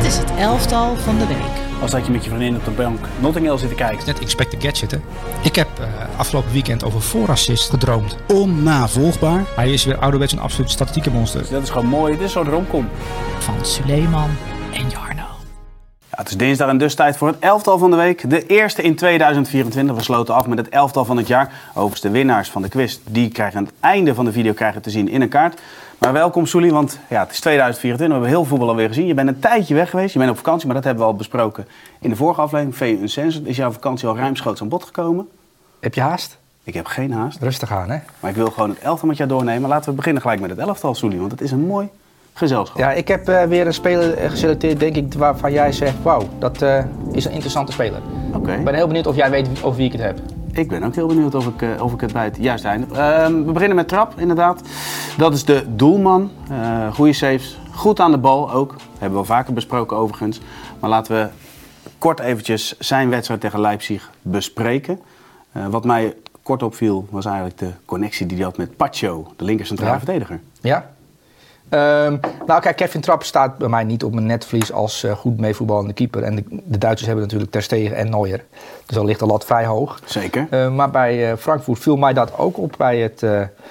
is het elftal van de week. Als dat je met je vriendin op de bank Notting Hill zit te kijken. Net Inspector Gadget, hè? Ik heb afgelopen weekend over voorassist gedroomd. Onnavolgbaar. Hij is weer ouderwets een absoluut statistiekenmonster. Dus dat is gewoon mooi. Dit is zo'n romcom. Van Suleiman en Jarno. Ja, het is dinsdag en dus tijd voor het elftal van de week. De eerste in 2024. We sloten af met het elftal van het jaar. Overigens de winnaars van de quiz. Die krijgen aan het einde van de video te zien in een kaart. Maar welkom Soelie, want ja, het is 2024. We hebben heel veel voetbal alweer gezien. Je bent een tijdje weg geweest. Je bent op vakantie, maar dat hebben we al besproken in de vorige aflevering. VU Uncensored. Is jouw vakantie al ruimschoots aan bod gekomen? Heb je haast? Ik heb geen haast. Rustig aan, hè? Maar ik wil gewoon het elftal met jou doornemen. Laten we beginnen gelijk met het elftal, Soelie. Want het is een mooi gezelschap. Ja, ik heb weer een speler geselecteerd, denk ik, waarvan jij zegt... Wauw, dat is een interessante speler. Oké. Ik ben heel benieuwd of jij weet over wie ik het heb. Ik ben ook heel benieuwd of ik het bij het juiste eind heb. We beginnen met Trapp, inderdaad. Dat is de doelman. Goede saves. Goed aan de bal ook. Hebben we al vaker besproken overigens. Maar laten we kort eventjes zijn wedstrijd tegen Leipzig bespreken. Wat mij kort opviel was eigenlijk de connectie die hij had met Pacho, de linker centrale verdediger. Ja. Nou kijk, Kevin Trapp staat bij mij niet op mijn netvlies als goed meevoetballende keeper. En de Duitsers hebben natuurlijk Ter Stegen en Neuer. Dus dan ligt de lat vrij hoog. Zeker. Maar bij Frankfurt viel mij dat ook op bij het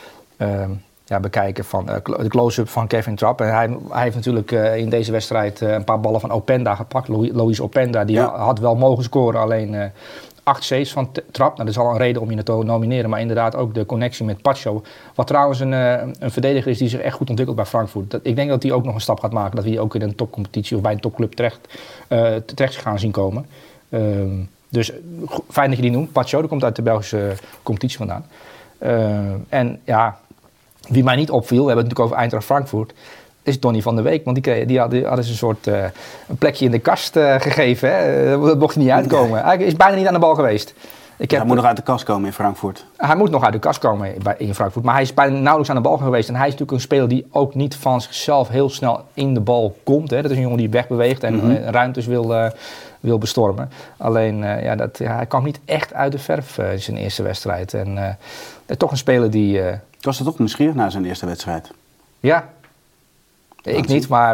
bekijken van de close-up van Kevin Trapp. En hij heeft natuurlijk in deze wedstrijd een paar ballen van Openda gepakt. Loïs Openda, die had wel mogen scoren, alleen 8 saves van Trapp. Nou, dat is al een reden om je te nomineren. Maar inderdaad ook de connectie met Pacho. Wat trouwens een verdediger is die zich echt goed ontwikkelt bij Frankfurt. Ik denk dat hij ook nog een stap gaat maken. Dat we die ook in een topcompetitie of bij een topclub terecht gaan zien komen. Dus fijn dat je die noemt. Pacho, die komt uit de Belgische competitie vandaan. En ja, wie mij niet opviel, we hebben het natuurlijk over Eintracht Frankfurt, is Donny van der Week. Want die hadden ze een soort een plekje in de kast gegeven. Hè? Dat mocht hij niet uitkomen. Hij is bijna niet aan de bal geweest. Hij moet nog uit de kast komen in Frankfurt. Hij moet nog uit de kast komen in Frankfurt. Maar hij is bijna nauwelijks aan de bal geweest. En hij is natuurlijk een speler die ook niet van zichzelf heel snel in de bal komt. Hè? Dat is een jongen die wegbeweegt en ruimtes wil bestormen. Alleen, hij kwam niet echt uit de verf in zijn eerste wedstrijd. En toch een speler die... Was er toch nieuwsgierig naar zijn eerste wedstrijd? Ja. Ik niet, maar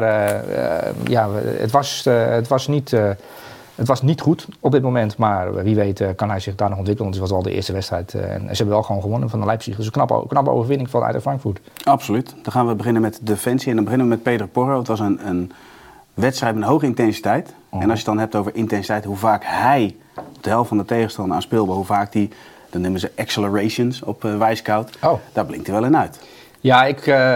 het was niet goed op dit moment. Maar wie weet kan hij zich daar nog ontwikkelen. Want het was al de eerste wedstrijd. En ze hebben wel gewoon gewonnen van de Leipzig. Dus een knappe overwinning van Eintracht Frankfurt. Absoluut. Dan gaan we beginnen met defensie. En dan beginnen we met Pedro Porro. Het was een wedstrijd met een hoge intensiteit. En als je het dan hebt over intensiteit, hoe vaak hij op de helft van de tegenstander aanspeelbaar, hoe vaak die, dan noemen ze accelerations op Wisecout. Daar blinkt hij wel in uit. Ja,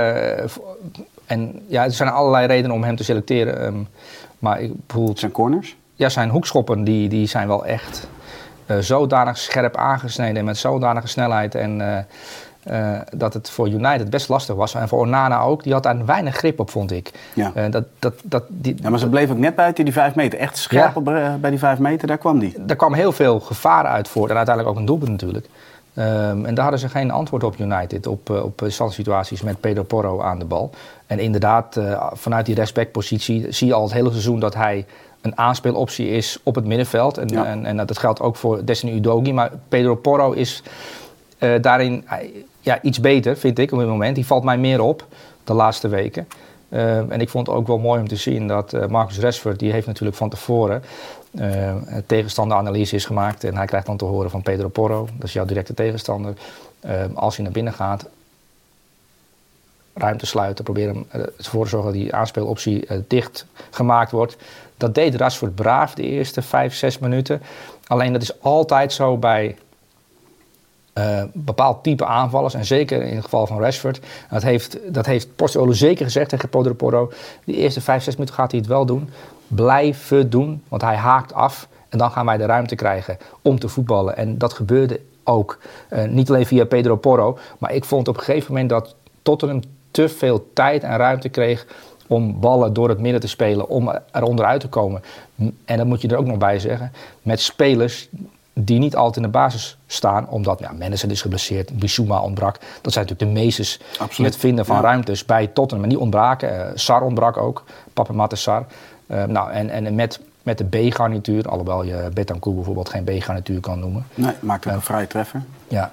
er zijn allerlei redenen om hem te selecteren. Maar bijvoorbeeld zijn corners? Ja, zijn hoekschoppen die zijn wel echt zodanig scherp aangesneden en met zodanige snelheid. En dat het voor United best lastig was. En voor Onana ook. Die had daar weinig grip op, vond ik. Ja, maar ze bleef ook net buiten die 5 meter. Echt scherp bij die 5 meter, daar kwam die. Daar kwam heel veel gevaar uit voort. En uiteindelijk ook een doelpunt natuurlijk. En daar hadden ze geen antwoord op United. Op standsituaties met Pedro Porro aan de bal. En inderdaad, vanuit die rechtsbackpositie zie je al het hele seizoen dat hij een aanspeeloptie is op het middenveld. En dat geldt ook voor Destiny Udogie. Maar Pedro Porro is daarin iets beter, vind ik op dit moment. Die valt mij meer op de laatste weken. En ik vond het ook wel mooi om te zien dat Marcus Rashford, die heeft natuurlijk van tevoren tegenstanderanalyse is gemaakt. En hij krijgt dan te horen van Pedro Porro, dat is jouw directe tegenstander. Als je naar binnen gaat, ruimte sluiten, proberen ervoor te zorgen dat die aanspeeloptie dicht gemaakt wordt. Dat deed Rashford braaf de eerste 5-6 minuten. Alleen dat is altijd zo bij bepaald type aanvallers. En zeker in het geval van Rashford. Dat heeft Postecoglou zeker gezegd tegen Pedro Porro. De eerste 5-6 minuten gaat hij het wel doen. Blijven doen, want hij haakt af. En dan gaan wij de ruimte krijgen om te voetballen. En dat gebeurde ook. Niet alleen via Pedro Porro. Maar ik vond op een gegeven moment dat Tottenham te veel tijd en ruimte kreeg om ballen door het midden te spelen, om er onderuit te komen. En dat moet je er ook nog bij zeggen, met spelers die niet altijd in de basis staan, omdat Madison is geblesseerd, Bissouma ontbrak. Dat zijn natuurlijk de meesters in het vinden van ruimtes bij Tottenham. En die ontbraken. Sar ontbrak ook, Papemate Sar. En met de B-garnituur, alhoewel je Betancourt bijvoorbeeld geen B-garnituur kan noemen. Nee, maakt ook een vrije treffer. Ja.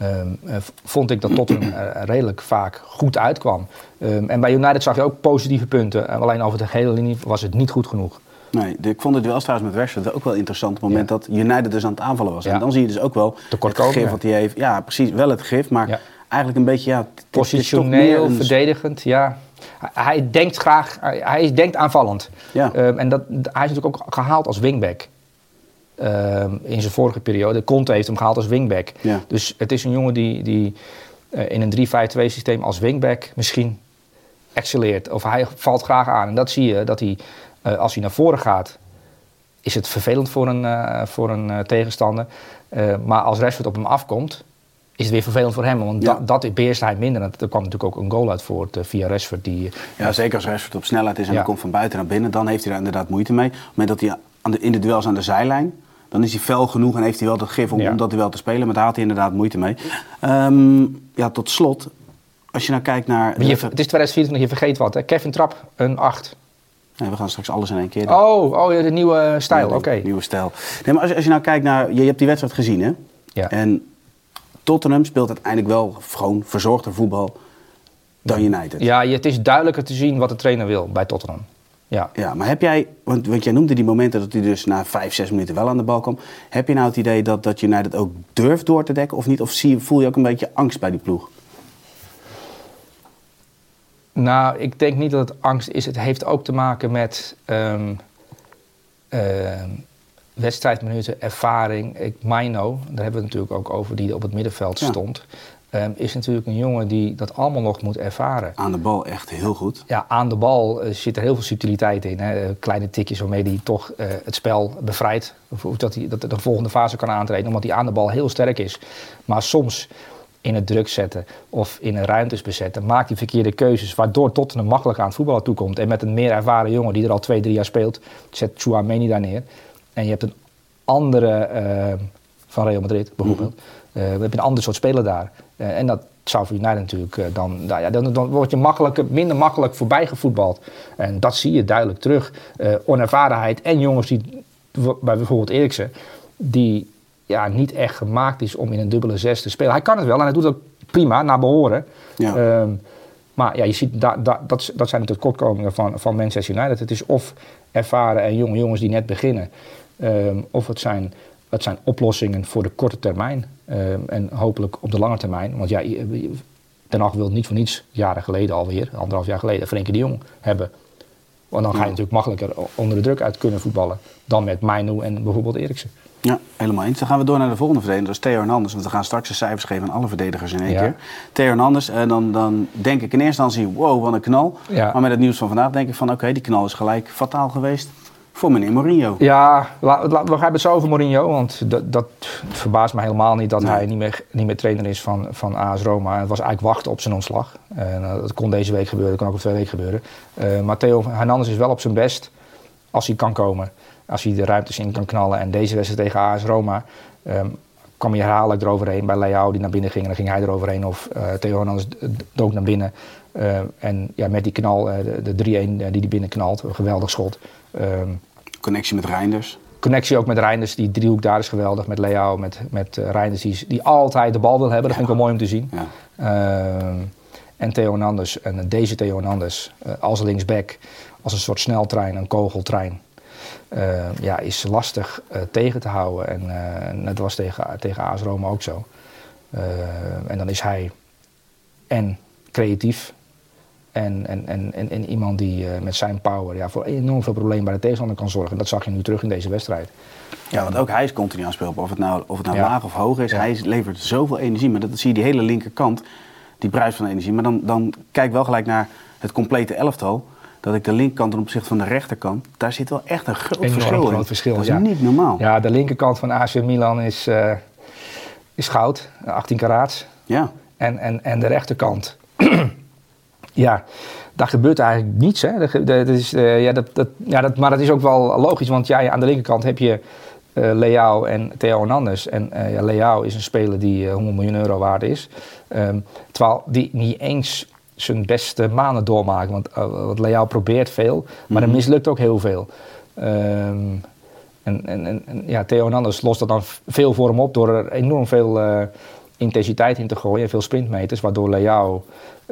vond ik dat Tottenham redelijk vaak goed uitkwam. En bij United zag je ook positieve punten. Alleen over de hele linie was het niet goed genoeg. Nee, ik vond het wel trouwens met Rashford ook wel interessant. Op het moment dat United dus aan het aanvallen was. En dan zie je dus ook wel het gif wat hij heeft. Ja, precies, wel het gif, maar eigenlijk een beetje... positioneel, verdedigend, ja. Hij denkt graag, hij denkt aanvallend. Ja. En hij is natuurlijk ook gehaald als wingback. In zijn vorige periode. Conte heeft hem gehaald als wingback. Ja. Dus het is een jongen die in een 3-5-2 systeem als wingback misschien excelleert. Of hij valt graag aan. En dat zie je, dat hij, als hij naar voren gaat, is het vervelend voor een tegenstander. Maar als Rashford op hem afkomt, is het weer vervelend voor hem. Want dat beheerst hij minder. En er kwam natuurlijk ook een goal uit voort via Rashford. Zeker als Rashford op snelheid is en hij komt van buiten naar binnen, dan heeft hij daar inderdaad moeite mee. Op het moment dat hij in de duels aan de zijlijn, dan is hij fel genoeg en heeft hij wel dat gif om dat duel te spelen. Maar daar had hij inderdaad moeite mee. Tot slot, als je nou kijkt naar... Het is 2024, je vergeet wat. Hè? Kevin Trapp, een 8. Nee, we gaan straks alles in één keer doen. De nieuwe stijl, oké. Nieuwe stijl. Nee, maar als je nou kijkt naar... Je hebt die wedstrijd gezien, hè? Ja. En Tottenham speelt uiteindelijk wel gewoon verzorgder voetbal dan United. Ja, het is duidelijker te zien wat de trainer wil bij Tottenham. Ja, maar heb jij, want jij noemde die momenten dat hij dus na 5-6 minuten wel aan de bal kwam. Heb je nou het idee dat United ook durft door te dekken of niet? Of voel je ook een beetje angst bij die ploeg? Nou, ik denk niet dat het angst is. Het heeft ook te maken met wedstrijdminuten, ervaring. Maino, daar hebben we het natuurlijk ook over, die op het middenveld stond. Is natuurlijk een jongen die dat allemaal nog moet ervaren. Aan de bal echt heel goed. Ja, aan de bal zit er heel veel subtiliteit in. Hè. Kleine tikjes waarmee hij toch het spel bevrijdt. Of dat hij de volgende fase kan aantreden. Omdat hij aan de bal heel sterk is. Maar soms in het druk zetten of in een ruimtes bezetten, maakt hij verkeerde keuzes. Waardoor Tottenham makkelijk aan het voetballen toekomt. En met een meer ervaren jongen die er al 2-3 jaar speelt, zet Tchouaméni daar neer. En je hebt een andere van Real Madrid bijvoorbeeld. We hebben een ander soort speler daar. En dat zou voor United natuurlijk dan word je minder makkelijk voorbij gevoetbald. En dat zie je duidelijk terug. Onervarenheid en jongens die, bij bijvoorbeeld Eriksen, die niet echt gemaakt is om in een dubbele 6 te spelen. Hij kan het wel en hij doet het prima, naar behoren. Ja. Maar je ziet, dat zijn natuurlijk kortkomingen van Manchester United. Het is of ervaren en jonge jongens die net beginnen. Of het zijn oplossingen voor de korte termijn. En hopelijk op de lange termijn. Want Ten Hag wil niet voor niets, jaren geleden alweer, 1,5 jaar geleden, Frenkie de Jong hebben. Want dan ga je natuurlijk makkelijker onder de druk uit kunnen voetballen dan met Mainu en bijvoorbeeld Eriksen. Ja, helemaal eens. Dan gaan we door naar de volgende verdediger, dat is Theo Hernandez. Want we gaan straks de cijfers geven aan alle verdedigers in één keer. Theo Hernandez, dan denk ik in eerste instantie, wow, wat een knal. Ja. Maar met het nieuws van vandaag denk ik van, oké, die knal is gelijk fataal geweest voor meneer Mourinho. Ja, we gaan het zo over Mourinho, want dat verbaast me helemaal niet dat hij niet meer trainer is van AS Roma. Het was eigenlijk wachten op zijn ontslag. Dat kon deze week gebeuren, dat kan ook over 2 weken gebeuren. Maar Theo Hernandez is wel op zijn best als hij kan komen. Als hij de ruimtes in kan knallen. En deze wedstrijd tegen AS Roma kwam hij herhaaldelijk eroverheen. Bij Leao die naar binnen ging en dan ging hij eroverheen. Of Theo Hernandez dook naar binnen. En met die knal, de 3-1 die hij binnen knalt. Een geweldig schot. Connectie met Reinders. Connectie ook met Reinders. Die driehoek daar is geweldig. Met Leao, met Reinders die altijd de bal wil hebben. Dat vind ik wel mooi om te zien. Ja. En Theo Hernandez. En deze Theo Hernandez als linksback. Als een soort sneltrein, een kogeltrein. Is lastig tegen te houden. En dat was tegen AS Roma ook zo. En dan is hij en creatief en iemand die met zijn power voor enorm veel problemen bij de tegenstander kan zorgen. En dat zag je nu terug in deze wedstrijd. Ja, want ook hij is continu aan het spelen. Of het nou laag of hoog is. Ja. Hij levert zoveel energie. Maar dat zie je die hele linkerkant, die bruist van energie. Maar dan kijk wel gelijk naar het complete elftal. Dat ik de linkerkant ten opzichte van de rechterkant, daar zit wel echt een groot verschil in. Dat is niet normaal. Ja, de linkerkant van AC Milan is goud, 18 karaats. Ja. En de rechterkant, daar gebeurt eigenlijk niets. Hè. Maar dat is ook wel logisch, want aan de linkerkant heb je Leao en Theo Hernandez. En Leao is een speler die 100 miljoen euro waard is. Terwijl die niet eens zijn beste maanden doormaken. Want Leao probeert veel, maar er mislukt ook heel veel. Theo Hernandez lost dat dan veel voor hem op door er enorm veel intensiteit in te gooien en veel sprintmeters, waardoor Leao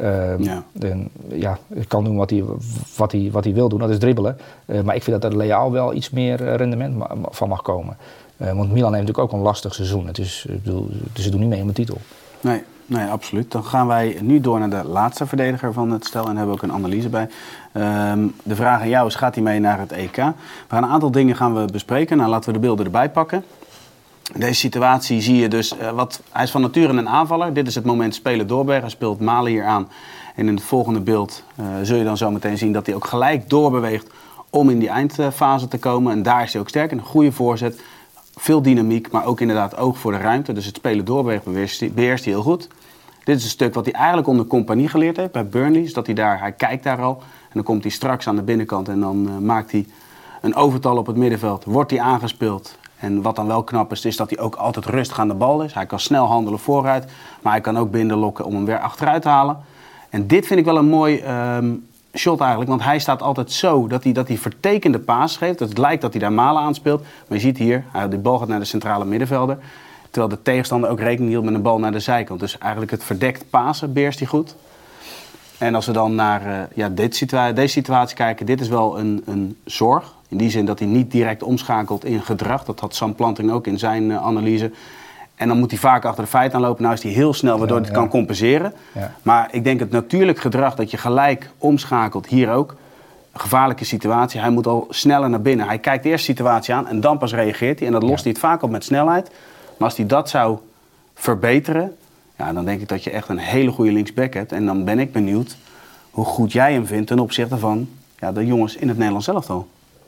kan doen wat hij wil doen, dat is dribbelen. Maar ik vind dat er Leao wel iets meer rendement van mag komen. Want Milan heeft natuurlijk ook een lastig seizoen. Dus ze doen niet mee om de titel. Nee, absoluut. Dan gaan wij nu door naar de laatste verdediger van het stel en hebben we ook een analyse bij. De vraag aan jou is, gaat hij mee naar het EK? We gaan een aantal dingen bespreken. Nou, laten we de beelden erbij pakken. In deze situatie zie je dus, hij is van nature een aanvaller. Dit is het moment spelen doorbergen. Hij speelt Malen hier aan. En in het volgende beeld zul je dan zo meteen zien dat hij ook gelijk doorbeweegt om in die eindfase te komen. En daar is hij ook sterk in. Een goede voorzet, veel dynamiek, maar ook inderdaad oog voor de ruimte. Dus het spelen doorbergen beheerst hij heel goed. Dit is een stuk wat hij eigenlijk onder Compagnie geleerd heeft bij Burnley. Dus dat hij kijkt daar al. En dan komt hij straks aan de binnenkant en dan maakt hij een overtal op het middenveld. Wordt hij aangespeeld. En wat dan wel knap is dat hij ook altijd rustig aan de bal is. Hij kan snel handelen vooruit, maar hij kan ook binnenlokken om hem weer achteruit te halen. En dit vind ik wel een mooi shot eigenlijk, want hij staat altijd zo dat hij vertekende paas geeft. Het lijkt dat hij daar Malen aanspeelt, maar je ziet hier, de bal gaat naar de centrale middenvelder. Terwijl de tegenstander ook rekening hield met een bal naar de zijkant. Dus eigenlijk het verdekt pasen beheerst hij goed. En als we dan naar deze situatie kijken, dit is wel een zorg. In die zin dat hij niet direct omschakelt in gedrag. Dat had Sam Planting ook in zijn analyse. En dan moet hij vaak achter de feiten aanlopen. Nou is hij heel snel, waardoor hij het kan compenseren. Ja. Maar ik denk het natuurlijk gedrag dat je gelijk omschakelt, hier ook. Een gevaarlijke situatie. Hij moet al sneller naar binnen. Hij kijkt eerst de situatie aan en dan pas reageert hij. En dat lost hij het vaak op met snelheid. Maar als hij dat zou verbeteren, dan denk ik dat je echt een hele goede linksback hebt. En dan ben ik benieuwd hoe goed jij hem vindt ten opzichte van de jongens in het Nederlands elftal.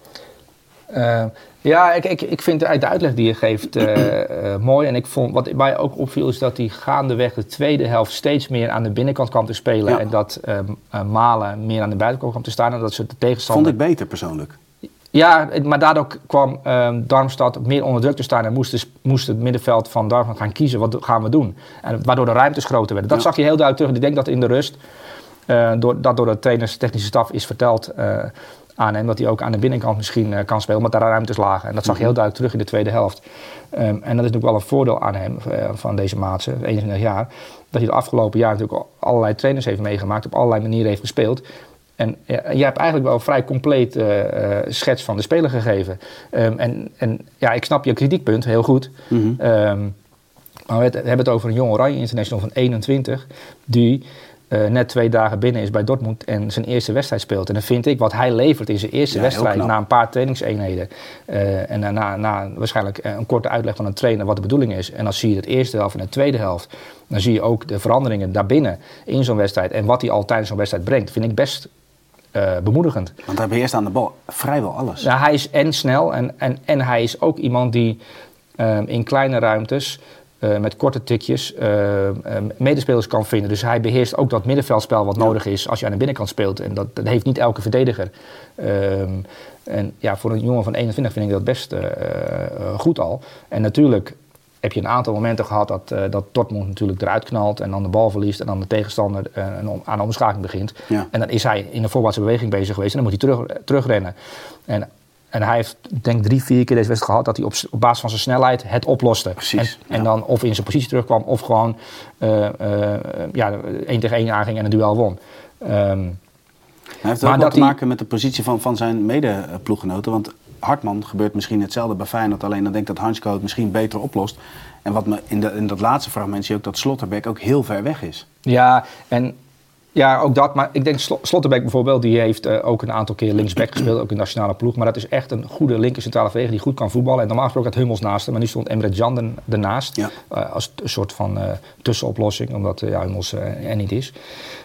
Ik vind de uitleg die je geeft mooi. En ik vond, wat mij ook opviel, is dat hij gaandeweg de tweede helft steeds meer aan de binnenkant kwam te spelen. Ja. En dat Malen meer aan de buitenkant kwam te staan. En dat ze de tegenstander... Vond ik beter persoonlijk. Ja, maar daardoor kwam Darmstadt meer onder druk te staan en moest het middenveld van Darmstadt gaan kiezen. Wat gaan we doen? En waardoor de ruimtes groter werden. Dat zag je heel duidelijk terug. Ik denk dat in de rust, door de trainers, technische staf is verteld aan hem dat hij ook aan de binnenkant misschien kan spelen, omdat daar ruimtes lagen. En dat zag je heel duidelijk terug in de tweede helft. En dat is natuurlijk wel een voordeel aan hem, van deze Maatsen, 21 jaar, dat hij de afgelopen jaar natuurlijk allerlei trainers heeft meegemaakt, op allerlei manieren heeft gespeeld. En jij hebt eigenlijk wel een vrij compleet schets van de speler gegeven. Ik snap je kritiekpunt heel goed. Mm-hmm. Maar we hebben het over een jong Oranje International van 21... die net 2 dagen binnen is bij Dortmund en zijn eerste wedstrijd speelt. En dan vind ik wat hij levert in zijn eerste wedstrijd na een paar trainingseenheden. En na waarschijnlijk een korte uitleg van een trainer wat de bedoeling is. En dan zie je het eerste helft en de tweede helft. Dan zie je ook de veranderingen daarbinnen in zo'n wedstrijd. En wat hij al tijdens zo'n wedstrijd brengt, vind ik best bemoedigend. Want hij beheerst aan de bal vrijwel alles. Ja, hij is en snel en hij is ook iemand die in kleine ruimtes met korte tikjes medespelers kan vinden. Dus hij beheerst ook dat middenveldspel wat nodig is als je aan de binnenkant speelt. En dat heeft niet elke verdediger. Voor een jongen van 21 vind ik dat best goed al. En natuurlijk heb je een aantal momenten gehad dat Dortmund natuurlijk eruit knalt en dan de bal verliest en dan de tegenstander aan de omschakeling begint. Ja. En dan is hij in een voorwaartse beweging bezig geweest en dan moet hij terugrennen. En hij heeft, denk ik, 3-4 keer deze wedstrijd gehad dat hij op basis van zijn snelheid het oploste. Precies. En dan of in zijn positie terugkwam of gewoon 1 tegen 1 aanging en een duel won. Hij heeft ook wat te maken met de positie van zijn mede-ploeggenoten. Want Hartman gebeurt misschien hetzelfde bij Feyenoord. Alleen dan denk ik dat Hansko het misschien beter oplost. En wat me in dat laatste fragment zie je ook dat Slotterbeck ook heel ver weg is. Ja, ook dat. Maar ik denk Slotterbeck bijvoorbeeld, die heeft ook een aantal keer linksback gespeeld, ook in de nationale ploeg. Maar dat is echt een goede linker centrale verdediger die goed kan voetballen. En normaal gesproken had Hummels naast hem, maar nu stond Emre Can ernaast. Ja. Als een soort van tussenoplossing, omdat Hummels er niet is.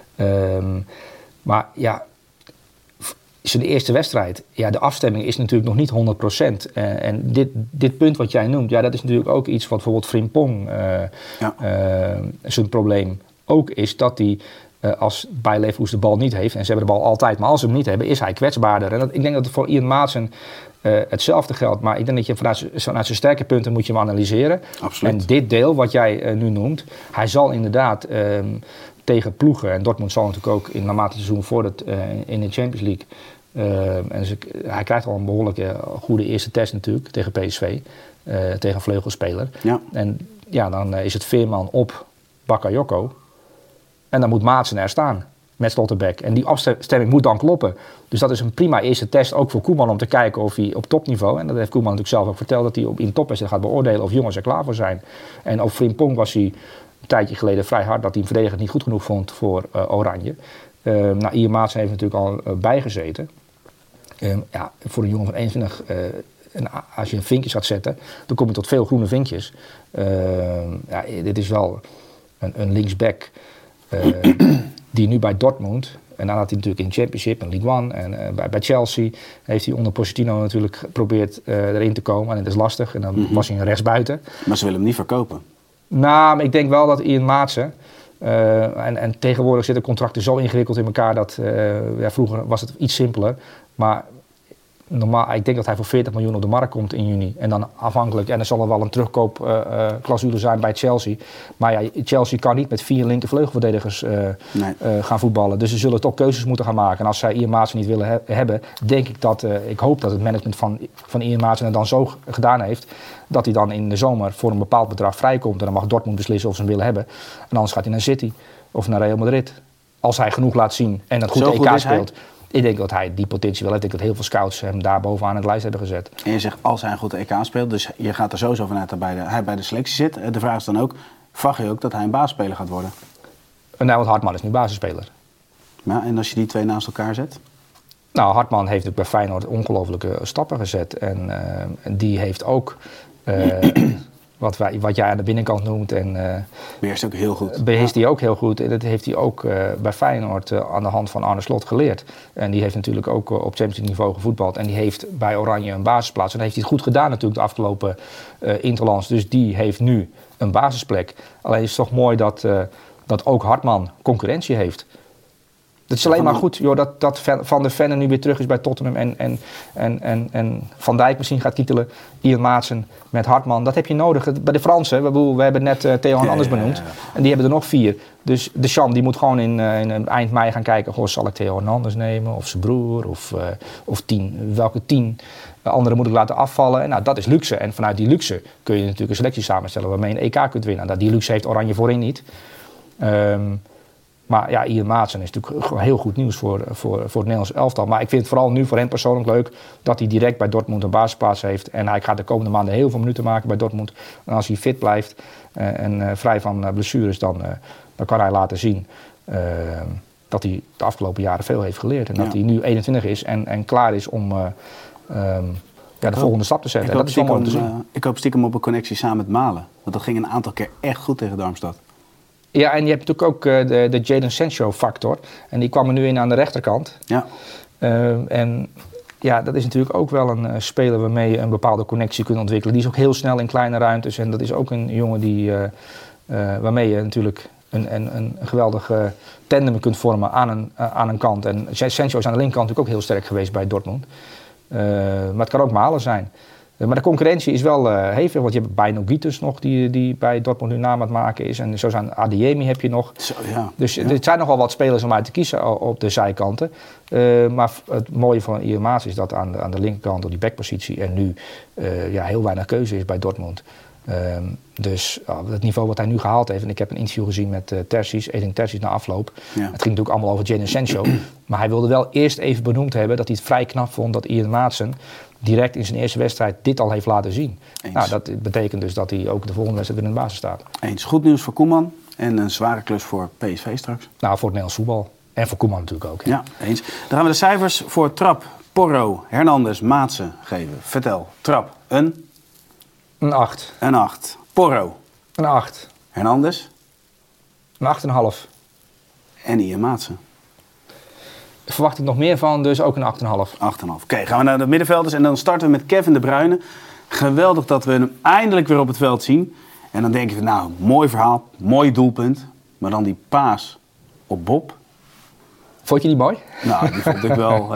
Zijn eerste wedstrijd, de afstemming is natuurlijk nog niet 100%. En dit punt wat jij noemt, dat is natuurlijk ook iets wat bijvoorbeeld Frimpong zijn probleem ook is, dat hij als Bayer Leverkusen de bal niet heeft, en ze hebben de bal altijd, maar als ze hem niet hebben, is hij kwetsbaarder. En ik denk dat het voor Ian Maatsen hetzelfde geldt, maar ik denk dat je vanuit zijn sterke punten moet je hem analyseren. Absoluut. En dit deel wat jij nu noemt, hij zal inderdaad tegen ploegen, en Dortmund zal natuurlijk ook naarmate het seizoen voordat in de Champions League, hij krijgt al een behoorlijke goede eerste test natuurlijk tegen PSV, tegen een vleugelspeler. Ja. En dan is het Veerman op Bakayoko. En dan moet Maatsen er staan met Slotterbeck. En die afstemming moet dan kloppen. Dus dat is een prima eerste test ook voor Koeman om te kijken of hij op topniveau... en dat heeft Koeman natuurlijk zelf ook verteld... dat hij in topwedstrijd gaat beoordelen of jongens er klaar voor zijn. En over Frimpong was hij een tijdje geleden vrij hard... dat hij een verdediger niet goed genoeg vond voor Oranje. Ian Maatsen heeft natuurlijk al bijgezeten. Voor een jongen van 21... als je een vinkjes gaat zetten, dan kom je tot veel groene vinkjes. Dit is wel een linksback die nu bij Dortmund... en dan had hij natuurlijk in de Championship en League One... en bij Chelsea heeft hij onder Pochettino natuurlijk geprobeerd erin te komen. En dat is lastig. En dan was hij een rechtsbuiten. Maar ze willen hem niet verkopen. Nou, maar ik denk wel dat Ian Maatsen... en tegenwoordig zitten contracten zo ingewikkeld in elkaar... dat vroeger was het iets simpeler. Maar... normaal, ik denk dat hij voor 40 miljoen op de markt komt in juni. En dan afhankelijk, en er zal er wel een terugkoopclausule zijn bij Chelsea. Maar ja, Chelsea kan niet met 4 linkervleugelverdedigers gaan voetballen. Dus ze zullen toch keuzes moeten gaan maken. En als zij Ian Maatsen niet willen hebben, denk ik dat... ik hoop dat het management van Ian Maatsen het dan zo gedaan heeft... dat hij dan in de zomer voor een bepaald bedrag vrijkomt. En dan mag Dortmund beslissen of ze hem willen hebben. En anders gaat hij naar City of naar Real Madrid. Als hij genoeg laat zien en dat goed EK speelt... Ik denk dat hij die potentie wel heeft. Ik denk dat heel veel scouts hem daar bovenaan het lijst hebben gezet. En je zegt als hij een goed EK speelt, dus je gaat er sowieso vanuit dat hij bij de selectie zit. De vraag is dan ook, verwacht je ook dat hij een basisspeler gaat worden? Nou, want Hartman is nu basisspeler. Ja, en als je die twee naast elkaar zet? Nou, Hartman heeft natuurlijk bij Feyenoord ongelofelijke stappen gezet. En die heeft ook... Wat jij aan de binnenkant noemt. Beheerst ook heel goed. Beheerst hij ook heel goed. En dat heeft hij ook bij Feyenoord aan de hand van Arne Slot geleerd. En die heeft natuurlijk ook op Champions League niveau gevoetbald. En die heeft bij Oranje een basisplaats. En dat heeft hij het goed gedaan natuurlijk de afgelopen interlands. Dus die heeft nu een basisplek. Alleen is het toch mooi dat ook Hartman concurrentie heeft. Dat is alleen maar goed, joh, dat Van der Ven nu weer terug is bij Tottenham en Van Dijk misschien gaat kietelen. Ian Maatsen met Hartman, dat heb je nodig. Bij de Fransen, we hebben net Theo Hernandez benoemd en die hebben er nog 4. Dus de Champ die moet gewoon in eind mei gaan kijken, zal ik Theo Hernandez nemen of zijn broer of 10, welke 10 anderen moet ik laten afvallen. En nou, dat is luxe en vanuit die luxe kun je natuurlijk een selectie samenstellen waarmee je een EK kunt winnen. Nou, die luxe heeft Oranje voorin niet. Maar ja, Ian Maatsen is natuurlijk heel goed nieuws voor het Nederlands elftal. Maar ik vind het vooral nu voor hem persoonlijk leuk dat hij direct bij Dortmund een basisplaats heeft. En hij gaat de komende maanden heel veel minuten maken bij Dortmund. En als hij fit blijft en vrij van blessures, dan kan hij laten zien dat hij de afgelopen jaren veel heeft geleerd. En dat hij nu 21 is en klaar is om de volgende stap te zetten. En dat is wel mooi om te zien. Ik hoop stiekem op een connectie samen met Malen. Want dat ging een aantal keer echt goed tegen Darmstadt. Ja, en je hebt natuurlijk ook de Jadon Sancho factor. En die kwam er nu in aan de rechterkant. Ja. En ja, dat is natuurlijk ook wel een speler waarmee je een bepaalde connectie kunt ontwikkelen. Die is ook heel snel in kleine ruimtes. En dat is ook een jongen waarmee je natuurlijk een geweldige tandem kunt vormen aan een kant. En Sancho is aan de linkerkant natuurlijk ook heel sterk geweest bij Dortmund. Maar het kan ook Malen zijn. Maar de concurrentie is wel hevig, want je hebt Bijno Gieters nog die bij Dortmund nu naam aan het maken is. En zo zijn Adeyemi heb je nog. Zo, ja. Dus er zijn nogal wat spelers om uit te kiezen op de zijkanten. Maar het mooie van Ian Maatsen is dat aan de linkerkant op die backpositie en nu heel weinig keuze is bij Dortmund. Dus het niveau wat hij nu gehaald heeft, en ik heb een interview gezien met Edin Terzic na afloop. Ja. Het ging natuurlijk allemaal over Jadon Sancho. Maar hij wilde wel eerst even benoemd hebben dat hij het vrij knap vond dat Ian Maatsen direct in zijn eerste wedstrijd dit al heeft laten zien. Eens. Nou, dat betekent dus dat hij ook de volgende wedstrijd weer in de basis staat. Eens. Goed nieuws voor Koeman en een zware klus voor PSV straks. Nou, voor het Nederlands voetbal. En voor Koeman natuurlijk ook. Hè? Ja, eens. Dan gaan we de cijfers voor Trap, Porro, Hernandez, Maatsen geven. Vertel. Trap, een 8. Een 8. Porro. Een 8. Hernandez. Een 8,5. En Ian Maatsen. Verwacht ik nog meer van, dus ook een 8,5. 8,5. Oké, gaan we naar de middenvelders en dan starten we met Kevin De Bruyne. Geweldig dat we hem eindelijk weer op het veld zien. En dan denk je, nou, mooi verhaal, mooi doelpunt. Maar dan die paas op Bob. Vond je die mooi? Nou, die vond ik wel...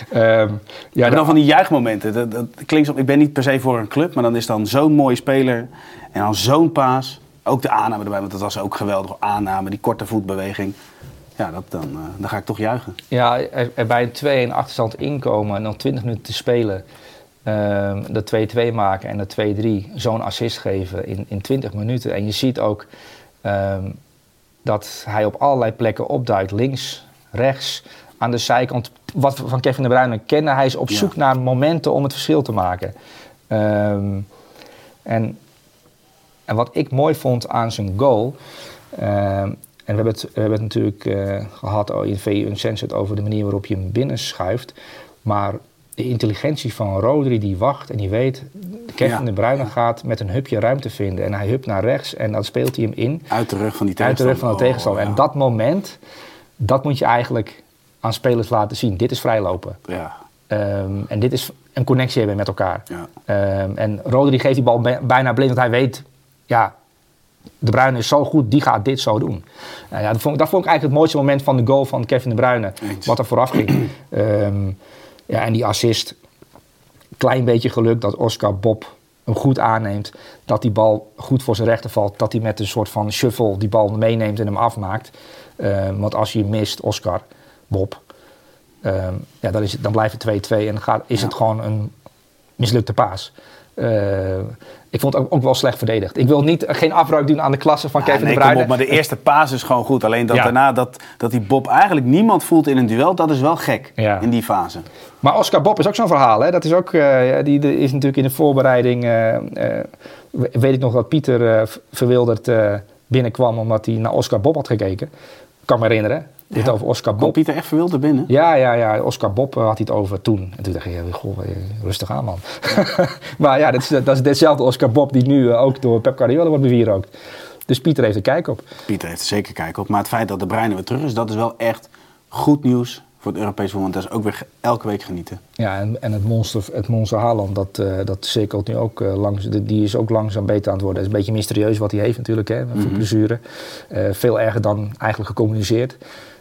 dan van die juichmomenten. Dat klinkt op, ik ben niet per se voor een club, maar dan is dan zo'n mooie speler. En dan zo'n paas. Ook de aanname erbij, want dat was ook geweldig. Aanname, die korte voetbeweging. Ja, dan ga ik toch juichen. Ja, er bij een 2-1 achterstand inkomen en dan 20 minuten te spelen. De 2-2 maken en de 2-3 zo'n assist geven in 20 minuten. En je ziet ook dat hij op allerlei plekken opduikt. Links, rechts, aan de zijkant. Wat we van Kevin De Bruyne kennen. Hij is op zoek naar momenten om het verschil te maken. En wat ik mooi vond aan zijn goal... en we hebben het natuurlijk gehad in VU Uncensored over de manier waarop je hem binnenschuift. Maar de intelligentie van Rodri die wacht en die weet... Kevin De Bruyne gaat met een hupje ruimte vinden. En hij hupt naar rechts en dan speelt hij hem in. Uit de rug van die tegenstander. Uit de rug van de tegenstander. En dat moment, dat moet je eigenlijk aan spelers laten zien. Dit is vrijlopen. Ja. En dit is een connectie hebben met elkaar. Ja. En Rodri geeft die bal bijna blind, want hij weet... Ja, De Bruyne is zo goed, die gaat dit zo doen. Dat vond ik eigenlijk het mooiste moment van de goal van Kevin De Bruyne. Eens. Wat er vooraf ging. En die assist. Klein beetje geluk dat Oscar Bob hem goed aanneemt. Dat die bal goed voor zijn rechter valt. Dat hij met een soort van shuffle die bal meeneemt en hem afmaakt. Want als je mist, Oscar Bob... dan blijft het 2-2 en dan is het gewoon een mislukte paas. Ik vond het ook wel slecht verdedigd. Ik wil geen afbreuk doen aan de klasse van Kevin De Bruyne. Kom op, maar de eerste paas is gewoon goed. Alleen dat daarna dat die Bob eigenlijk niemand voelt in een duel, dat is wel gek in die fase. Maar Oscar Bob is ook zo'n verhaal. Hè? Dat is ook, die is natuurlijk in de voorbereiding... weet ik nog dat Pieter verwilderd binnenkwam omdat hij naar Oscar Bob had gekeken. Kan me herinneren. Dit over Oscar Bob. Komt Pieter echt verwilderd binnen? Ja. Oscar Bob had hij het over toen. En toen dacht ik, rustig aan man. Maar ja, dat is dezelfde Oscar Bob die nu ook door Pep Guardiola wordt bewierookt. Dus Pieter heeft er kijk op. Pieter heeft er zeker kijk op. Maar het feit dat De Bruyne weer terug is, dat is wel echt goed nieuws voor het Europees voetbal. Want dat is ook weer elke week genieten. Ja, en het monster Haaland, dat cirkelt nu ook langs. Die is ook langzaam beter aan het worden. Het is een beetje mysterieus wat hij heeft natuurlijk, hè, voor blessure. Veel erger dan eigenlijk gecommuniceerd.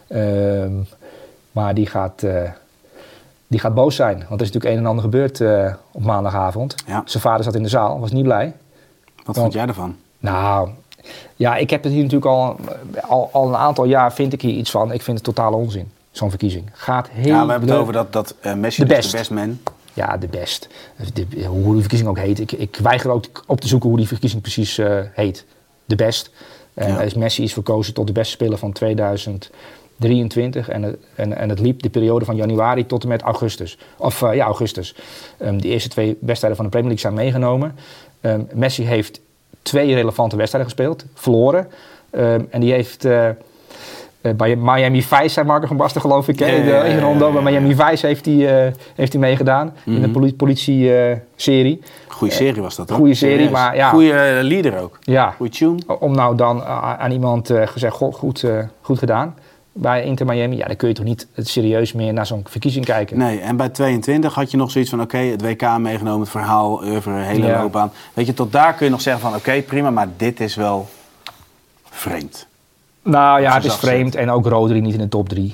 Maar die gaat boos zijn. Want er is natuurlijk een en ander gebeurd op maandagavond. Ja. Zijn vader zat in de zaal, was niet blij. Wat vond jij ervan? Nou, ja, ik heb het hier natuurlijk al een aantal jaar vind ik hier iets van. Ik vind het totale onzin, zo'n verkiezing. Gaat heel... Ja, we hebben het over dat Messi de best man. Ja, de best. Hoe die verkiezing ook heet. Ik weiger ook op te zoeken hoe die verkiezing precies heet. De best. Messi is verkozen tot de beste speler van 2023 en het liep de periode van januari tot en met augustus. Augustus. De eerste 2 wedstrijden van de Premier League zijn meegenomen. Messi heeft 2 relevante wedstrijden gespeeld, verloren. En die heeft bij Miami Vice, zei Marco van Basten geloof ik, in Rondo. Bij Miami Vice heeft hij meegedaan in de politie-serie. Goeie serie was dat, hoor. Goeie serie, maar ja. Goeie leader ook. Ja. Goeie tune. Om nou dan aan iemand gezegd, goed gedaan bij Inter Miami. Ja, dan kun je toch niet serieus meer naar zo'n verkiezing kijken. Nee, en bij 22 had je nog zoiets van, het WK meegenomen, het verhaal, hele loopbaan. Weet je, tot daar kun je nog zeggen van, prima, maar dit is wel vreemd. Nou ja, het is vreemd. En ook Rodri niet in de top 3.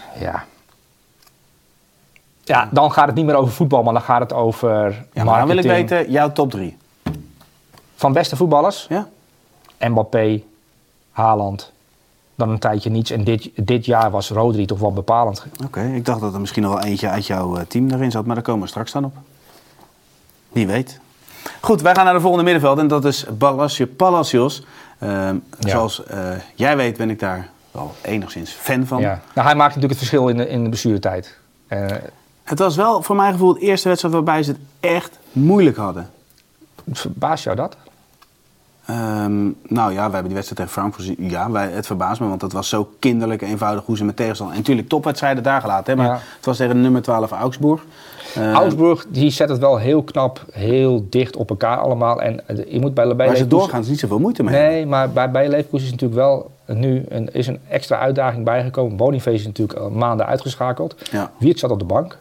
Ja, dan gaat het niet meer over voetbal, maar dan gaat het over marketing. Maar dan wil ik weten, jouw top 3. Van beste voetballers? Ja. Mbappé, Haaland, dan een tijdje niets. En dit jaar was Rodri toch wel bepalend. Oké, ik dacht dat er misschien nog wel eentje uit jouw team erin zat, maar daar komen we straks dan op. Wie weet. Goed, wij gaan naar de volgende middenveld en dat is Palacios. Zoals jij weet ben ik daar wel enigszins fan van. Ja. Nou, hij maakt natuurlijk het verschil in de blessuretijd. Het was wel voor mijn gevoel het eerste wedstrijd waarbij ze het echt moeilijk hadden. Verbaast jou dat? Nou ja, wij hebben die wedstrijd tegen Frankfurt gezien. Ja, het verbaast me, want het was zo kinderlijk eenvoudig hoe ze met tegenstander... En natuurlijk topwedstrijden daar gelaten, hè, maar het was tegen nummer 12 Augsburg. Augsburg, die zet het wel heel knap, heel dicht op elkaar allemaal. En je moet bij Waar ze doorgaans niet zoveel moeite mee. Nee, maar bij Leverkusen is natuurlijk wel nu een extra uitdaging bijgekomen. Boniface is natuurlijk maanden uitgeschakeld. Ja. Wiert zat op de bank.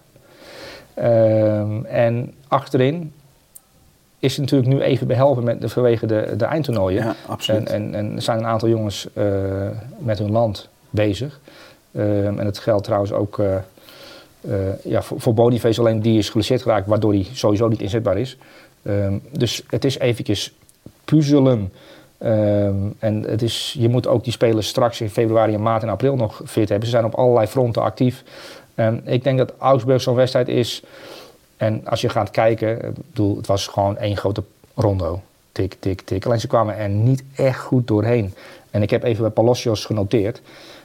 En achterin is het natuurlijk nu even behelpen vanwege de eindtoernooien. Ja, absoluut. En er zijn een aantal jongens met hun land bezig. En dat geldt trouwens ook voor Boniface, alleen die is geblesseerd geraakt, waardoor hij sowieso niet inzetbaar is. Dus het is eventjes puzzelen. En je moet ook die spelers straks in februari en maart en april nog fit hebben. Ze zijn op allerlei fronten actief. Ik denk dat Augsburg zo'n wedstrijd is. En als je gaat kijken, het was gewoon één grote rondo. tik, tik, tik. Alleen ze kwamen er niet echt goed doorheen. En ik heb even bij Palacios genoteerd.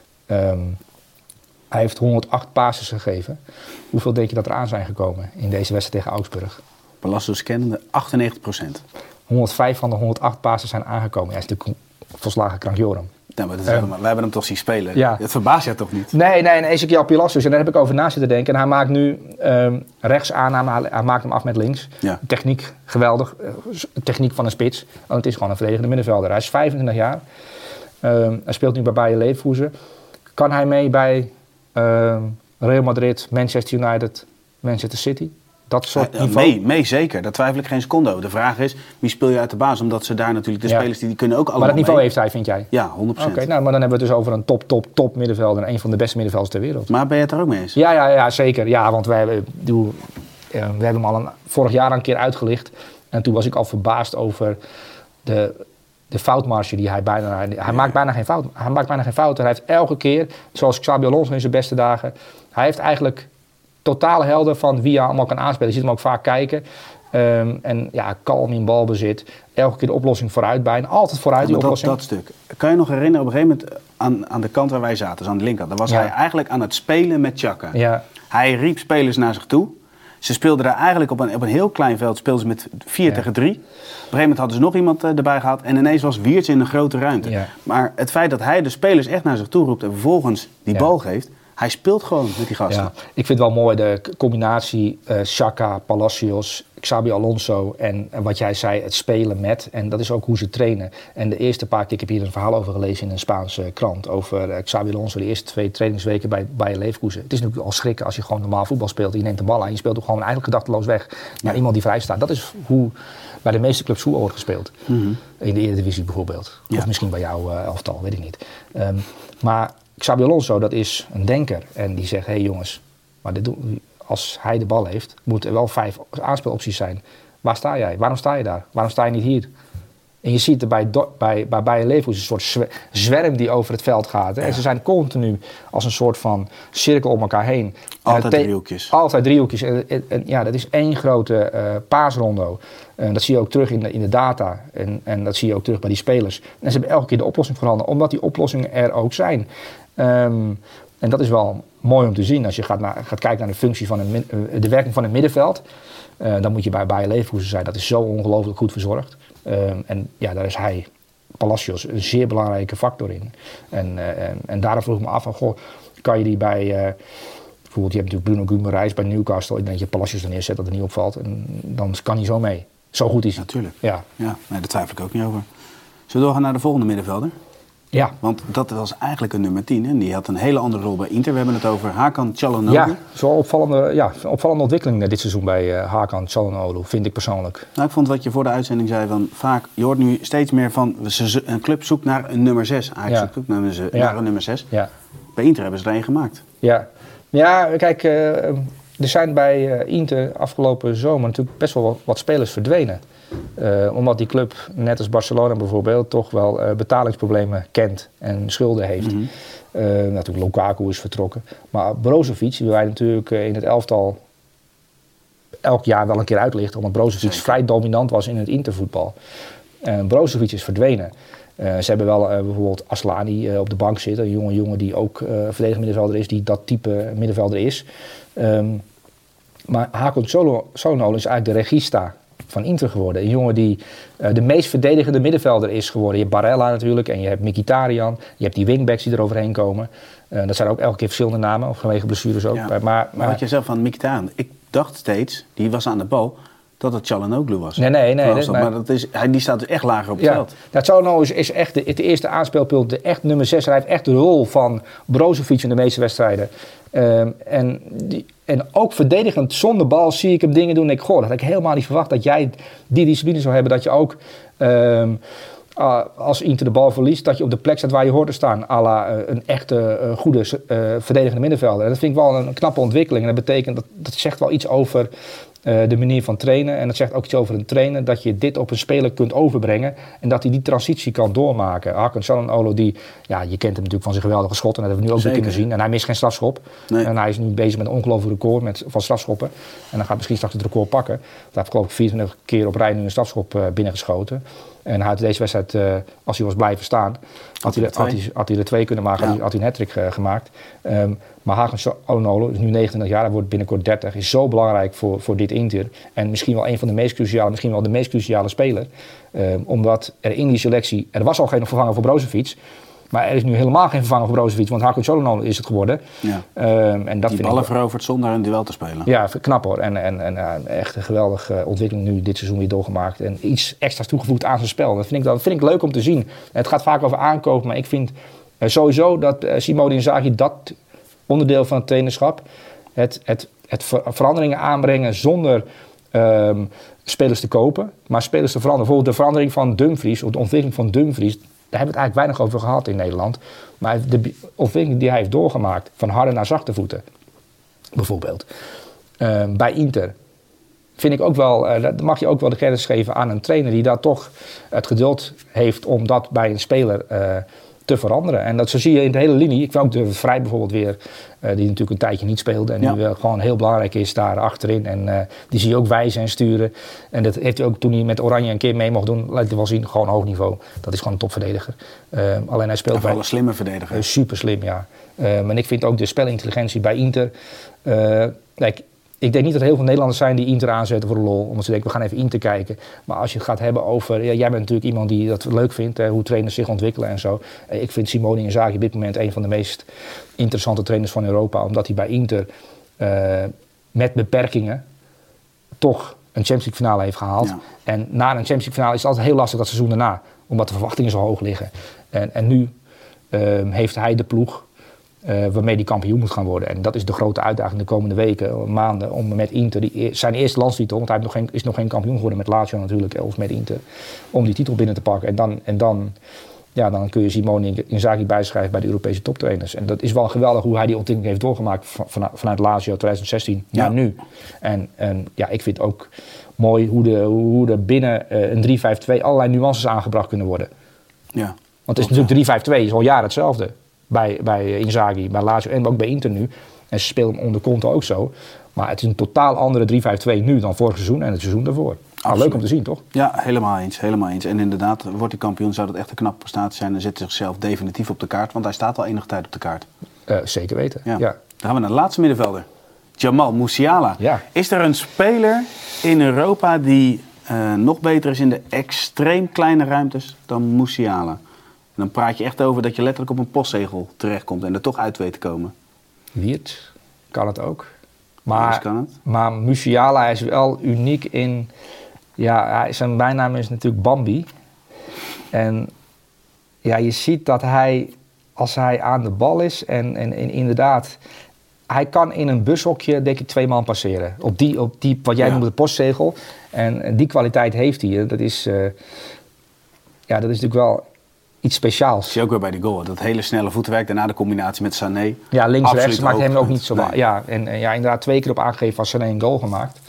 Hij heeft 108 passes gegeven. Hoeveel denk je dat er aan zijn gekomen in deze wedstrijd tegen Augsburg? Palacios kennende 98%. 105 van de 108 passes zijn aangekomen. Hij is natuurlijk volslagen krankjoren. Ja, maar wij hebben hem toch zien spelen? Ja. Het verbaast je toch niet? Nee, Ezequiel Palacios. En daar heb ik over na zitten denken. En hij maakt nu rechts aanname, hij maakt hem af met links. Ja. Techniek, geweldig. Techniek van een spits. Want het is gewoon een verdedigende middenvelder. Hij is 25 jaar. Hij speelt nu bij Bayer Leverkusen. Kan hij mee bij Real Madrid, Manchester United, Manchester City? Dat soort niveau? Mee zeker. Daar twijfel ik geen seconde over. De vraag is, wie speel je uit de baas? Omdat ze daar natuurlijk de spelers die kunnen ook allemaal Maar dat niveau mee. heeft hij, vind jij? Ja, 100%. Oké, nou, maar dan hebben we het dus over een top middenvelder. En een van de beste middenvelders ter wereld. Maar ben je het er ook mee eens? Ja, zeker. Ja, want we hebben hem al vorig jaar een keer uitgelicht. En toen was ik al verbaasd over de foutmarge die hij bijna... Hij maakt bijna geen fout. Hij maakt bijna geen fouten. Hij heeft elke keer, zoals Xabi Alonso in zijn beste dagen... Hij heeft eigenlijk totale helden van wie hij allemaal kan aanspelen. Je ziet hem ook vaak kijken. En ja, kalm in balbezit. Elke keer de oplossing vooruit bijna. Altijd vooruit die oplossing. Dat stuk. Kan je nog herinneren, op een gegeven moment aan de kant waar wij zaten, dus aan de linkerkant. Dan was hij eigenlijk aan het spelen met Xhaka. Ja. Hij riep spelers naar zich toe. Ze speelden daar eigenlijk op een heel klein veld, speelden ze met 4 tegen 3. Op een gegeven moment hadden ze nog iemand erbij gehad. En ineens was Wiertz in een grote ruimte. Ja. Maar het feit dat hij de spelers echt naar zich toe roept en vervolgens die bal geeft... Hij speelt gewoon met die gasten. Ja, ik vind het wel mooi de combinatie Xhaka, Palacios, Xabi Alonso en wat jij zei, het spelen met. En dat is ook hoe ze trainen. En de eerste paar keer, ik heb hier een verhaal over gelezen in een Spaanse krant over Xabi Alonso, de eerste 2 trainingsweken bij Leverkusen. Het is natuurlijk al schrikken als je gewoon normaal voetbal speelt. Je neemt de bal aan, je speelt ook gewoon eigenlijk gedachteloos weg naar iemand die vrij staat. Dat is hoe bij de meeste clubs hoe wordt gespeeld. Mm-hmm. In de Eredivisie bijvoorbeeld. Ja. Of misschien bij jouw elftal, weet ik niet. Maar Xabi Alonso, dat is een denker. En die zegt, hé jongens, maar als hij de bal heeft, moeten er wel 5 aanspeelopties zijn. Waar sta jij? Waarom sta je daar? Waarom sta je niet hier? En je ziet er bij Bayer Leverkusen een soort zwerm die over het veld gaat. Hè? Ja. En ze zijn continu als een soort van cirkel om elkaar heen. Altijd driehoekjes. Altijd driehoekjes. En ja, dat is één grote paasrondo. Dat zie je ook terug in de data. En dat zie je ook terug bij die spelers. En ze hebben elke keer de oplossing voorhanden, omdat die oplossingen er ook zijn. En dat is wel mooi om te zien. Als je gaat kijken naar de functie van de werking van het middenveld. Dan moet je bij Bayer Leverkusen zijn. Dat is zo ongelooflijk goed verzorgd. En ja, daar is hij, Palacios, een zeer belangrijke factor in. En daarom vroeg ik me af van, goh, kan je die bij... bijvoorbeeld, je hebt natuurlijk Bruno Guimaraes bij Newcastle. Ik denk dat je Palacios er neerzet dat het niet opvalt. En dan kan hij zo mee. Zo goed is hij. Natuurlijk. Ja. Nee, daar twijfel ik ook niet over. Zullen we doorgaan naar de volgende middenvelder? Ja. Want dat was eigenlijk een nummer 10. En die had een hele andere rol bij Inter. We hebben het over Hakan Çalhanoğlu. Ja, zo'n opvallende ontwikkeling dit seizoen bij Hakan Çalhanoğlu, vind ik persoonlijk. Nou, ik vond wat je voor de uitzending zei van vaak, je hoort nu steeds meer van een club zoekt naar een nummer 6. Ajax zoekt ook naar een nummer 6. Ja. Bij Inter hebben ze er een gemaakt. Ja, kijk, er zijn bij Inter afgelopen zomer natuurlijk best wel wat spelers verdwenen. Omdat die club, net als Barcelona bijvoorbeeld, toch wel betalingsproblemen kent en schulden heeft. Mm-hmm. Natuurlijk Lukaku is vertrokken. Maar Brozovic, die wij natuurlijk in het elftal elk jaar wel een keer uitlichten, omdat Brozovic vrij dominant was in het Intervoetbal. Brozovic is verdwenen. Ze hebben wel bijvoorbeeld Aslani op de bank zitten, een jonge jongen die ook verdedigend middenvelder is, die dat type middenvelder is. Maar Hakan Çalhanoğlu is eigenlijk de regista van Inter geworden. Een jongen die de meest verdedigende middenvelder is geworden. Je hebt Barella natuurlijk en je hebt Mkhitaryan. Je hebt die wingbacks die er overheen komen. Dat zijn ook elke keer verschillende namen, of vanwege blessures ook. Ja. Maar wat je zelf van Mkhitaryan, ik dacht steeds, die was aan de bal, dat het Çalhanoğlu was. Nee. Maar die staat dus echt lager op het veld. Ja, Çalhanoğlu is echt de eerste aanspeelpunt, de echt nummer 6. Hij heeft echt de rol van Brozovic in de meeste wedstrijden. En ook verdedigend zonder bal zie ik hem dingen doen. En ik dat had ik helemaal niet verwacht dat jij die discipline zou hebben. Dat je ook als Inter de bal verliest, dat je op de plek staat waar je hoort te staan. À la een echte goede verdedigende middenvelder. En dat vind ik wel een knappe ontwikkeling. En dat betekent, dat zegt wel iets over de manier van trainen. En dat zegt ook iets over een trainer, dat je dit op een speler kunt overbrengen en dat hij die transitie kan doormaken. Hakan Çalhanoğlu, je kent hem natuurlijk van zijn geweldige schot en dat hebben we nu ook weer kunnen zien. En hij mist geen strafschop. Nee. En hij is nu bezig met een ongelooflijk record van strafschoppen. En dan gaat misschien straks het record pakken. Hij heeft geloof ik 24 keer op rij nu een strafschop binnengeschoten. En hij had deze wedstrijd, als hij was blijven staan, had hij er 2 kunnen maken, had hij een hat-trick gemaakt. Maar Hakan Çalhanoğlu is nu 29 jaar, hij wordt binnenkort 30, is zo belangrijk voor dit Inter. En misschien wel een van de meest cruciale, misschien wel de meest cruciale speler. Omdat er in die selectie, er was al geen vervanger voor Brozovic, maar er is nu helemaal geen vervanger voor Brozovic, want Hakan Çalhanoğlu is het geworden. Ja. En dat die ballen veroverd zonder een duel te spelen. Ja, knap hoor. En echt een geweldige ontwikkeling nu dit seizoen weer doorgemaakt. En iets extra's toegevoegd aan zijn spel. Dat vind ik leuk om te zien. Het gaat vaak over aankopen, maar ik vind sowieso dat Simone Inzaghi dat onderdeel van het trainerschap, het veranderingen aanbrengen zonder spelers te kopen, maar spelers te veranderen. Bijvoorbeeld de verandering van Dumfries, of de ontwikkeling van Dumfries, daar hebben we het eigenlijk weinig over gehad in Nederland. Maar de ontwikkeling die hij heeft doorgemaakt, van harde naar zachte voeten, bijvoorbeeld. Bij Inter vind ik ook wel, dat mag je ook wel de credits geven aan een trainer die daar toch het geduld heeft om dat bij een speler te veranderen. En dat zo zie je in de hele linie. Ik vind ook de Vrij bijvoorbeeld weer, die natuurlijk een tijdje niet speelde en nu gewoon heel belangrijk is daar achterin. En die zie je ook wijzen en sturen. En dat heeft hij ook toen hij met Oranje een keer mee mocht doen, laat hij wel zien, gewoon hoog niveau. Dat is gewoon een topverdediger. Alleen hij speelt bij een slimme verdediger. Super slim, ja. En ik vind ook de spelintelligentie bij Inter. Ik denk niet dat er heel veel Nederlanders zijn die Inter aanzetten voor de lol. Omdat ze denken, we gaan even Inter kijken. Maar als je het gaat hebben over... Ja, jij bent natuurlijk iemand die dat leuk vindt. Hoe trainers zich ontwikkelen en zo. Ik vind Simone Inzaghi op dit moment een van de meest interessante trainers van Europa. Omdat hij bij Inter met beperkingen toch een Champions League finale heeft gehaald. Ja. En na een Champions League finale is het altijd heel lastig dat seizoen daarna. Omdat de verwachtingen zo hoog liggen. En nu heeft hij de ploeg waarmee die kampioen moet gaan worden. En dat is de grote uitdaging de komende weken, maanden, om met Inter, zijn eerste landstitel, want hij is nog geen kampioen geworden met Lazio natuurlijk, of met Inter, om die titel binnen te pakken. Dan kun je Simone Inzaghi bijschrijven bij de Europese toptrainers. En dat is wel geweldig hoe hij die ontwikkeling heeft doorgemaakt vanuit Lazio 2016 naar nu. En ik vind ook mooi hoe er binnen een 3-5-2 allerlei nuances aangebracht kunnen worden. Ja. Want het is natuurlijk 3-5-2, is al jaren hetzelfde. Bij Inzaghi, bij Lazio en ook bij Inter nu. En ze spelen hem onder Conte ook zo. Maar het is een totaal andere 3-5-2 nu dan vorig seizoen en het seizoen daarvoor. Leuk om te zien, toch? Ja, helemaal eens. En inderdaad, wordt hij kampioen, zou dat echt een knappe prestatie zijn. En zet hij zichzelf definitief op de kaart, want hij staat al enige tijd op de kaart. Zeker weten, ja. Dan gaan we naar de laatste middenvelder. Jamal Musiala. Ja. Is er een speler in Europa die nog beter is in de extreem kleine ruimtes dan Musiala? Dan praat je echt over dat je letterlijk op een postzegel terechtkomt en er toch uit weet te komen. Wiert kan het ook. Maar Musiala is wel uniek in... Ja, zijn bijnaam is natuurlijk Bambi. En ja, je ziet dat hij, als hij aan de bal is en inderdaad... Hij kan in een bushokje, denk ik, 2 man passeren. Op die wat jij noemt de postzegel. En die kwaliteit heeft hij. Dat is natuurlijk wel... iets speciaals. Zie je ook weer bij die goal. Dat hele snelle voetenwerk. Daarna de combinatie met Sané. Ja, links-rechts maakt hem ook niet zo... Nee. Ja, inderdaad 2 keer op aangegeven van Sané een goal gemaakt.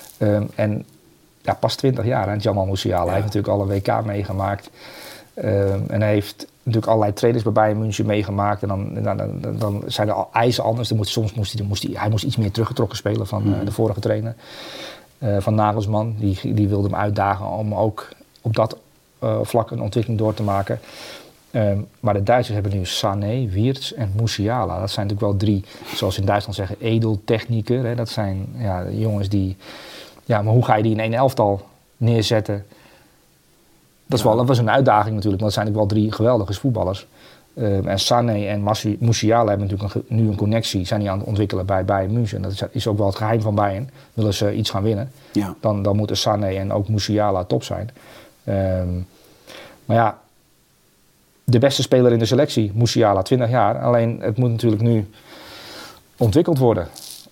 Pas 20 jaar, hè, Jamal Musiala. Hij heeft natuurlijk al een WK meegemaakt. En hij heeft natuurlijk allerlei trainers bij Bayern München meegemaakt. En dan zijn de eisen anders. Hij moest iets meer teruggetrokken spelen van de vorige trainer. Van Nagelsman. Die wilde hem uitdagen om ook op dat... vlak een ontwikkeling door te maken. Maar de Duitsers hebben nu Sané, Wirtz en Musiala. Dat zijn natuurlijk wel 3, zoals in Duitsland zeggen, edeltechnieker. Hè. Dat zijn jongens die... Ja, maar hoe ga je die in 1 elftal neerzetten? Dat was een uitdaging natuurlijk, want dat zijn natuurlijk wel 3 geweldige voetballers. En Sané en Musiala hebben natuurlijk nu een connectie, zijn die aan het ontwikkelen bij Bayern München. Dat is ook wel het geheim van Bayern. Willen ze iets gaan winnen, dan moeten Sané en ook Musiala top zijn. Maar ja, de beste speler in de selectie, Musiala, 20 jaar. Alleen het moet natuurlijk nu ontwikkeld worden.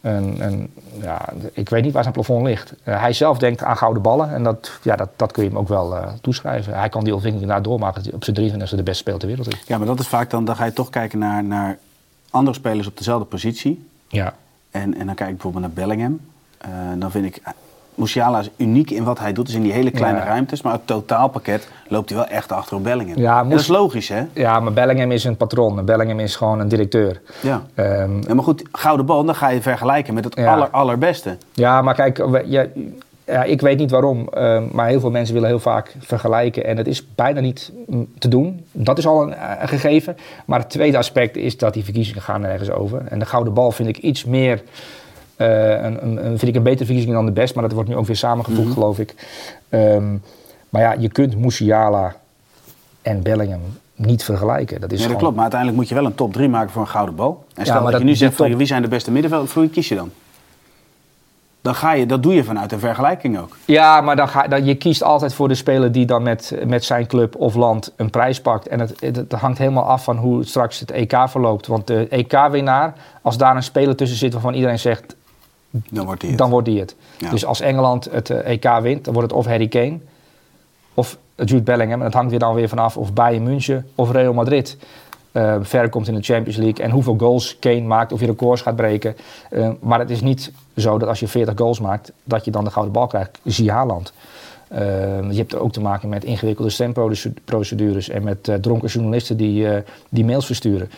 Ik weet niet waar zijn plafond ligt. Hij zelf denkt aan gouden ballen en dat kun je hem ook wel toeschrijven. Hij kan die ontwikkeling daar doormaken dat hij op zijn 23e de beste speler ter wereld is. Ja, maar dat is vaak dan ga je toch kijken naar andere spelers op dezelfde positie. Ja. En dan kijk ik bijvoorbeeld naar Bellingham. Dan vind ik Musiala is uniek in wat hij doet. Dus in die hele kleine ruimtes. Maar het totaalpakket loopt hij wel echt achter op Bellingham. Ja, dat is logisch, hè? Ja, maar Bellingham is een patron. Bellingham is gewoon een directeur. Ja. Ja, maar goed, gouden bal, dan ga je vergelijken met het allerbeste. Ja, maar kijk, ik weet niet waarom. Maar heel veel mensen willen heel vaak vergelijken. En het is bijna niet te doen. Dat is al een gegeven. Maar het tweede aspect is dat die verkiezingen gaan nergens over. En de gouden bal vind ik iets meer... vind ik een betere verkiezing dan de best. Maar dat wordt nu ook weer samengevoegd, geloof ik. Maar ja, je kunt Musiala en Bellingham niet vergelijken. Dat is dat klopt. Maar uiteindelijk moet je wel een top 3 maken voor een gouden bal. En stel maar dat je nu zegt van wie zijn de beste middenvelders, voor wie kies je dan? Dat doe je vanuit een vergelijking ook. Ja, maar je kiest altijd voor de speler die dan met zijn club of land een prijs pakt. En het hangt helemaal af van hoe straks het EK verloopt. Want de EK-winnaar, als daar een speler tussen zit waarvan iedereen zegt... Dan wordt die het. Ja. Dus als Engeland het EK wint, dan wordt het of Harry Kane of Jude Bellingham. En dat hangt dan weer vanaf of Bayern München of Real Madrid verder komt in de Champions League. En hoeveel goals Kane maakt, of je records gaat breken. Maar het is niet zo dat als je 40 goals maakt, dat je dan de gouden bal krijgt. Zie Haaland. Je hebt er ook te maken met ingewikkelde stemprocedures en met dronken journalisten die mails versturen.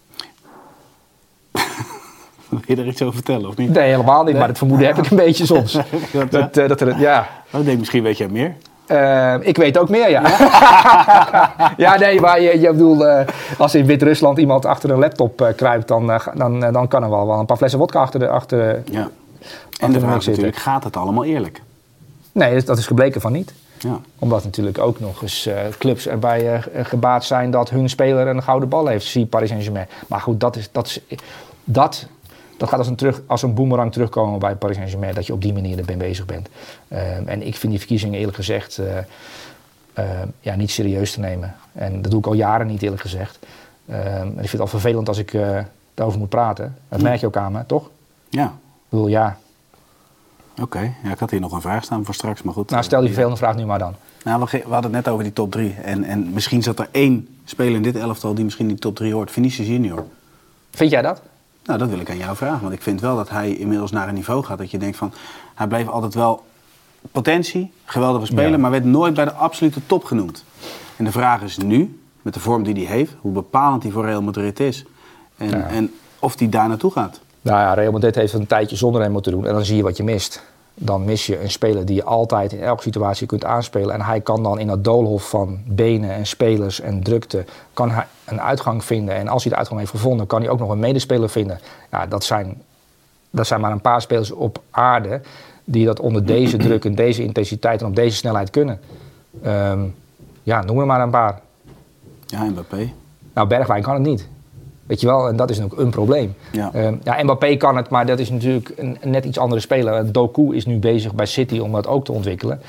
Wil je er iets over vertellen, of niet? Nee, helemaal niet, maar het vermoeden heb ik een beetje soms. Dat ik denk, misschien weet jij meer. Ik weet ook meer, ja. Ja, nee, maar je bedoel, als in Wit-Rusland iemand achter een laptop kruipt, dan kan er wel een paar flessen wodka achter ja. En de vraag is natuurlijk, gaat het allemaal eerlijk? Nee, dat is gebleken van niet. Ja. Omdat natuurlijk ook nog eens clubs erbij gebaat zijn dat hun speler een gouden bal heeft. Zie Paris Saint-Germain. Maar goed, dat gaat als een boemerang terugkomen bij Paris Saint-Germain, dat je op die manier erbij bezig bent. En ik vind die verkiezingen eerlijk gezegd niet serieus te nemen. En dat doe ik al jaren niet, eerlijk gezegd. En ik vind het al vervelend als ik daarover moet praten. Dat merk je ook aan me, toch? Ja. Ik bedoel, ja. Oké. Ja, ik had hier nog een vraag staan voor straks, maar goed. Nou, stel die vervelende vraag nu maar dan. Nou, we hadden het net over die top 3. En misschien zat er 1 speler in dit elftal die misschien in die top 3 hoort. Vinicius Junior. Vind jij dat? Nou, dat wil ik aan jou vragen. Want ik vind wel dat hij inmiddels naar een niveau gaat dat je denkt van... Hij bleef altijd wel potentie, geweldige speler, maar werd nooit bij de absolute top genoemd. En de vraag is nu, met de vorm die hij heeft, hoe bepalend hij voor Real Madrid is. En of hij daar naartoe gaat. Nou ja, Real Madrid heeft een tijdje zonder hem moeten doen. En dan zie je wat je mist. Dan mis je een speler die je altijd in elke situatie kunt aanspelen. En hij kan dan in dat doolhof van benen en spelers en drukte kan hij een uitgang vinden. En als hij de uitgang heeft gevonden, kan hij ook nog een medespeler vinden. Ja, dat zijn maar een paar spelers op aarde die dat onder deze druk en deze intensiteit en op deze snelheid kunnen. Noem er maar een paar. Ja, Mbappé. Nou, Bergwijn kan het niet. Weet je wel, en dat is ook een probleem. Ja. Mbappé kan het, maar dat is natuurlijk een net iets andere speler. Doku is nu bezig bij City om dat ook te ontwikkelen.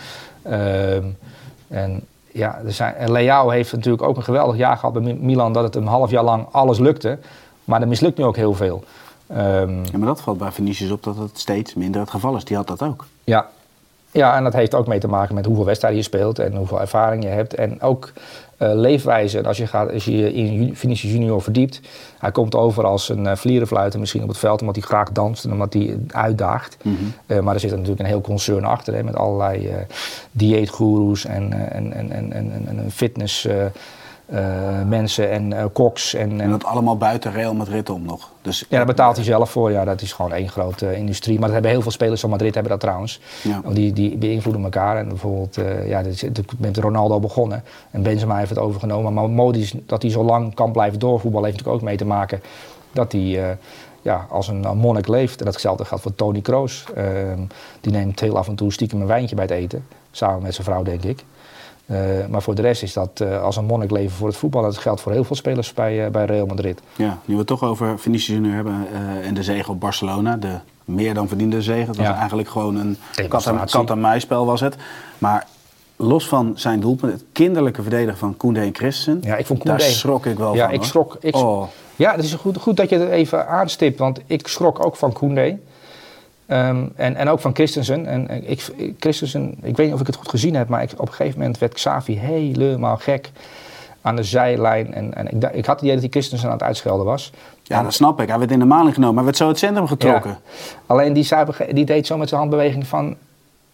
Leao heeft natuurlijk ook een geweldig jaar gehad bij Milan, dat het een half jaar lang alles lukte. Maar er mislukt nu ook heel veel. Maar dat valt bij Vinicius op dat het steeds minder het geval is. Die had dat ook. Ja, en dat heeft ook mee te maken met hoeveel wedstrijden je speelt en hoeveel ervaring je hebt. En ook leefwijze. Als je in Vinicius Junior verdiept, hij komt over als een vlierenfluiter misschien op het veld, omdat hij graag danst en omdat hij uitdaagt. Mm-hmm. Maar er zit natuurlijk een heel concern achter, met allerlei dieetgoeroes en fitness mensen en koks. En dat allemaal buiten Real Madrid om nog. Dus, ja, daar betaalt hij zelf voor. Ja, dat is gewoon één grote industrie. Maar dat hebben heel veel spelers van Madrid hebben dat trouwens. Ja. Die beïnvloeden elkaar. En bijvoorbeeld, met Ronaldo begonnen. En Benzema heeft het overgenomen. Maar Modric, dat hij zo lang kan blijven doorvoetballen, heeft natuurlijk ook mee te maken dat hij als een monnik leeft. En datzelfde geldt voor Toni Kroos. Die neemt heel af en toe stiekem een wijntje bij het eten. Samen met zijn vrouw, denk ik. Maar voor de rest is dat als een monnik leven voor het voetbal. Dat geldt voor heel veel spelers bij Real Madrid. Ja, nu we het toch over Vinicius Junior hebben en de zege op Barcelona. De meer dan verdiende zege. Het was eigenlijk gewoon een kat-en-muisspel was het. Maar los van zijn doelpunt, het kinderlijke verdedigen van Koundé en Christensen. Ja, ik vond Koundé, daar schrok ik wel van. Ik schrok. Ja, het is goed dat je het even aanstipt. Want ik schrok ook van Koundé. En ook van Christensen. Christensen, ik weet niet of ik het goed gezien heb, maar op een gegeven moment werd Xavi helemaal gek aan de zijlijn. En ik had het idee dat die Christensen aan het uitschelden was. Ja, dat snap ik. Hij werd in de maling genomen. Hij werd zo het centrum getrokken. Ja. Alleen die deed zo met zijn handbeweging van...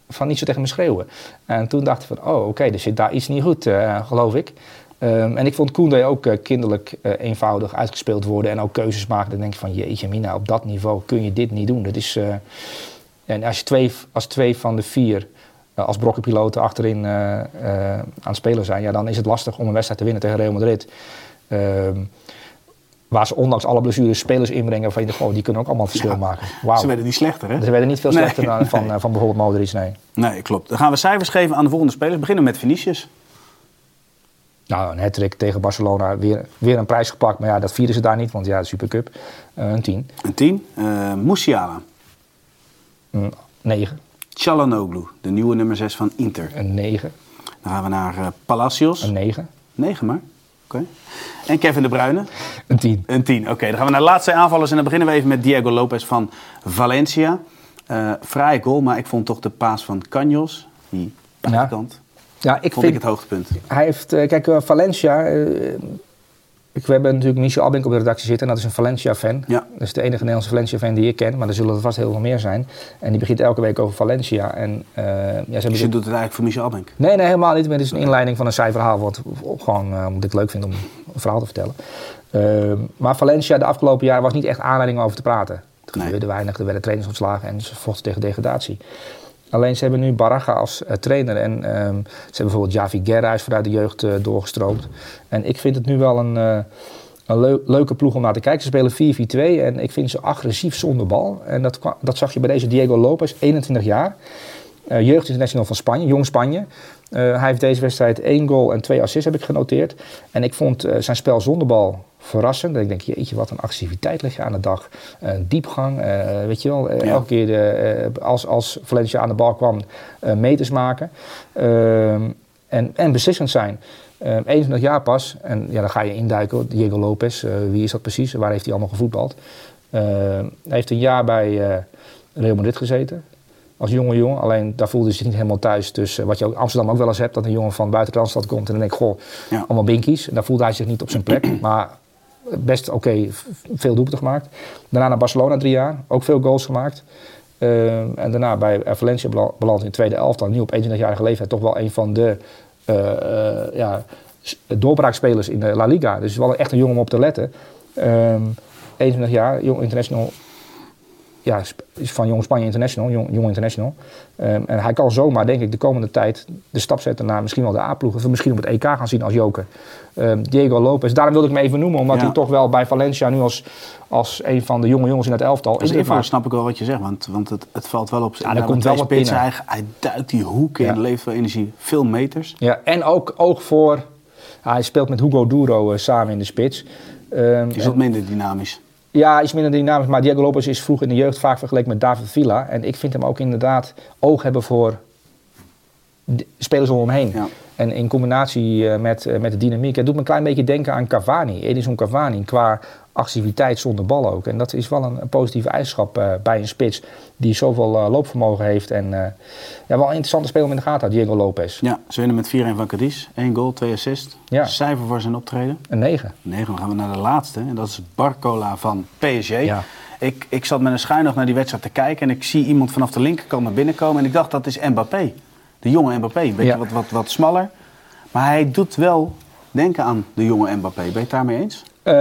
van niet zo tegen me schreeuwen. En toen dacht ik van, oké, er zit daar iets niet goed, geloof ik. En ik vond Koundé ook kinderlijk eenvoudig uitgespeeld worden en ook keuzes maken. Dan denk je van, jeetje mina, op dat niveau kun je dit niet doen. Dat is, en als twee van de 4 als brokkenpiloten achterin aan het spelen zijn, ja, dan is het lastig om een wedstrijd te winnen tegen Real Madrid. Waar ze ondanks alle blessures spelers inbrengen waarvan je denkt, die kunnen ook allemaal verschil maken. Wow. Ze werden niet slechter, hè? Ze werden niet veel slechter dan van bijvoorbeeld Modric, nee. Nee, klopt. Dan gaan we cijfers geven aan de volgende spelers. We beginnen met Vinicius. Nou, een hat-trick tegen Barcelona, weer een prijs gepakt. Maar ja, dat vierden ze daar niet, want ja, de Supercup, een 10. Een 10. Musiala. 9. Çalhanoğlu, de nieuwe nummer 6 van Inter. Een 9. Dan gaan we naar Palacios. Een 9. 9 maar. Oké. En Kevin De Bruyne. Een 10. Een 10. Oké, dan gaan we naar de laatste aanvallers. En dan beginnen we even met Diego Lopez van Valencia. Fraaie goal, maar ik vond toch de paas van Caños, die buitenkant, ja, vond ik het hoogtepunt. Hij heeft, kijk, Valencia... we hebben natuurlijk Michel Abink op de redactie zitten en dat is een Valencia-fan. Ja. Dat is de enige Nederlandse Valencia-fan die ik ken, maar er zullen er vast heel veel meer zijn. En die begint elke week over Valencia. En, dus je doet het eigenlijk voor Michel Abink? Nee, helemaal niet. Het is een inleiding van een saai verhaal, wat gewoon omdat ik het leuk vind om een verhaal te vertellen. Maar Valencia de afgelopen jaren was niet echt aanleiding om over te praten. Er gebeurde weinig, er werden trainers ontslagen en ze vochten tegen degradatie. Alleen ze hebben nu Baraga als trainer en ze hebben bijvoorbeeld Javi Guerra is vanuit de jeugd doorgestroomd. En ik vind het nu wel een leuke ploeg om naar te kijken. Ze spelen 4-4-2 en ik vind ze agressief zonder bal. En dat zag je bij deze Diego Lopez, 21 jaar. Jeugdinternational van Spanje, jong Spanje. Hij heeft deze wedstrijd 1 goal en 2 assists heb ik genoteerd. En ik vond zijn spel zonder bal verrassend. Dat ik denk, jeetje, wat een activiteit leg je aan de dag. Diepgang, weet je wel. Elke keer als Valencia aan de bal kwam, meters maken. En beslissend zijn. 21 jaar pas. En ja, dan ga je induiken. Diego Lopez, wie is dat precies? Waar heeft hij allemaal gevoetbald? Hij heeft een jaar bij Real Madrid gezeten. Als jonge jongen, alleen daar voelde hij zich niet helemaal thuis. Dus wat je ook Amsterdam ook wel eens hebt, dat een jongen van buiten de Randstad komt en dan denk ik, allemaal binkies. En daar voelde hij zich niet op zijn plek. Maar best oké, veel doelpunten gemaakt. Daarna naar Barcelona 3 jaar, ook veel goals gemaakt. En daarna bij Valencia beland in de tweede elftal. Nu op 21-jarige leeftijd toch wel een van de doorbraakspelers in de La Liga. Dus wel echt een jongen om op te letten. 21 jaar, jong international. Ja, is van Jong Spanje International, jong international. En hij kan zomaar, denk ik, de komende tijd de stap zetten naar misschien wel de A-ploeg. Of misschien op het EK gaan zien als joker. Diego Lopez, daarom wilde ik hem even noemen. Omdat hij toch wel bij Valencia nu als een van de jonge jongens in het elftal is. Even snap ik wel wat je zegt, want het valt wel op. Ja, er komt wel wat binnen. Hij duikt die hoek in, levert veel energie, veel meters. Ja, en ook oog voor... hij speelt met Hugo Duro samen in de spits. Is wat minder dynamisch. Ja, iets minder dynamisch, maar Diego Lopez is vroeg in de jeugd vaak vergeleken met David Villa. En ik vind hem ook inderdaad oog hebben voor spelers om hem heen. Ja. En in combinatie met de dynamiek. Het doet me een klein beetje denken aan Cavani, Edinson Cavani, qua activiteit zonder bal ook. En dat is wel een positieve eigenschap bij een spits die zoveel loopvermogen heeft. En wel een interessante speler om in de gaten houdt, Diego Lopez. Ja, ze winnen met 4-1 van Cadiz. 1 goal, 2 assists. Ja. Cijfer voor zijn optreden? Een 9. 9, dan gaan we naar de laatste. En dat is Barcola van PSG. Ja. Ik zat met een schuin oog naar die wedstrijd te kijken. En ik zie iemand vanaf de linkerkant naar binnen komen. En ik dacht, dat is Mbappé. De jonge Mbappé. Een beetje wat smaller. Maar hij doet wel denken aan de jonge Mbappé. Ben je het daarmee eens?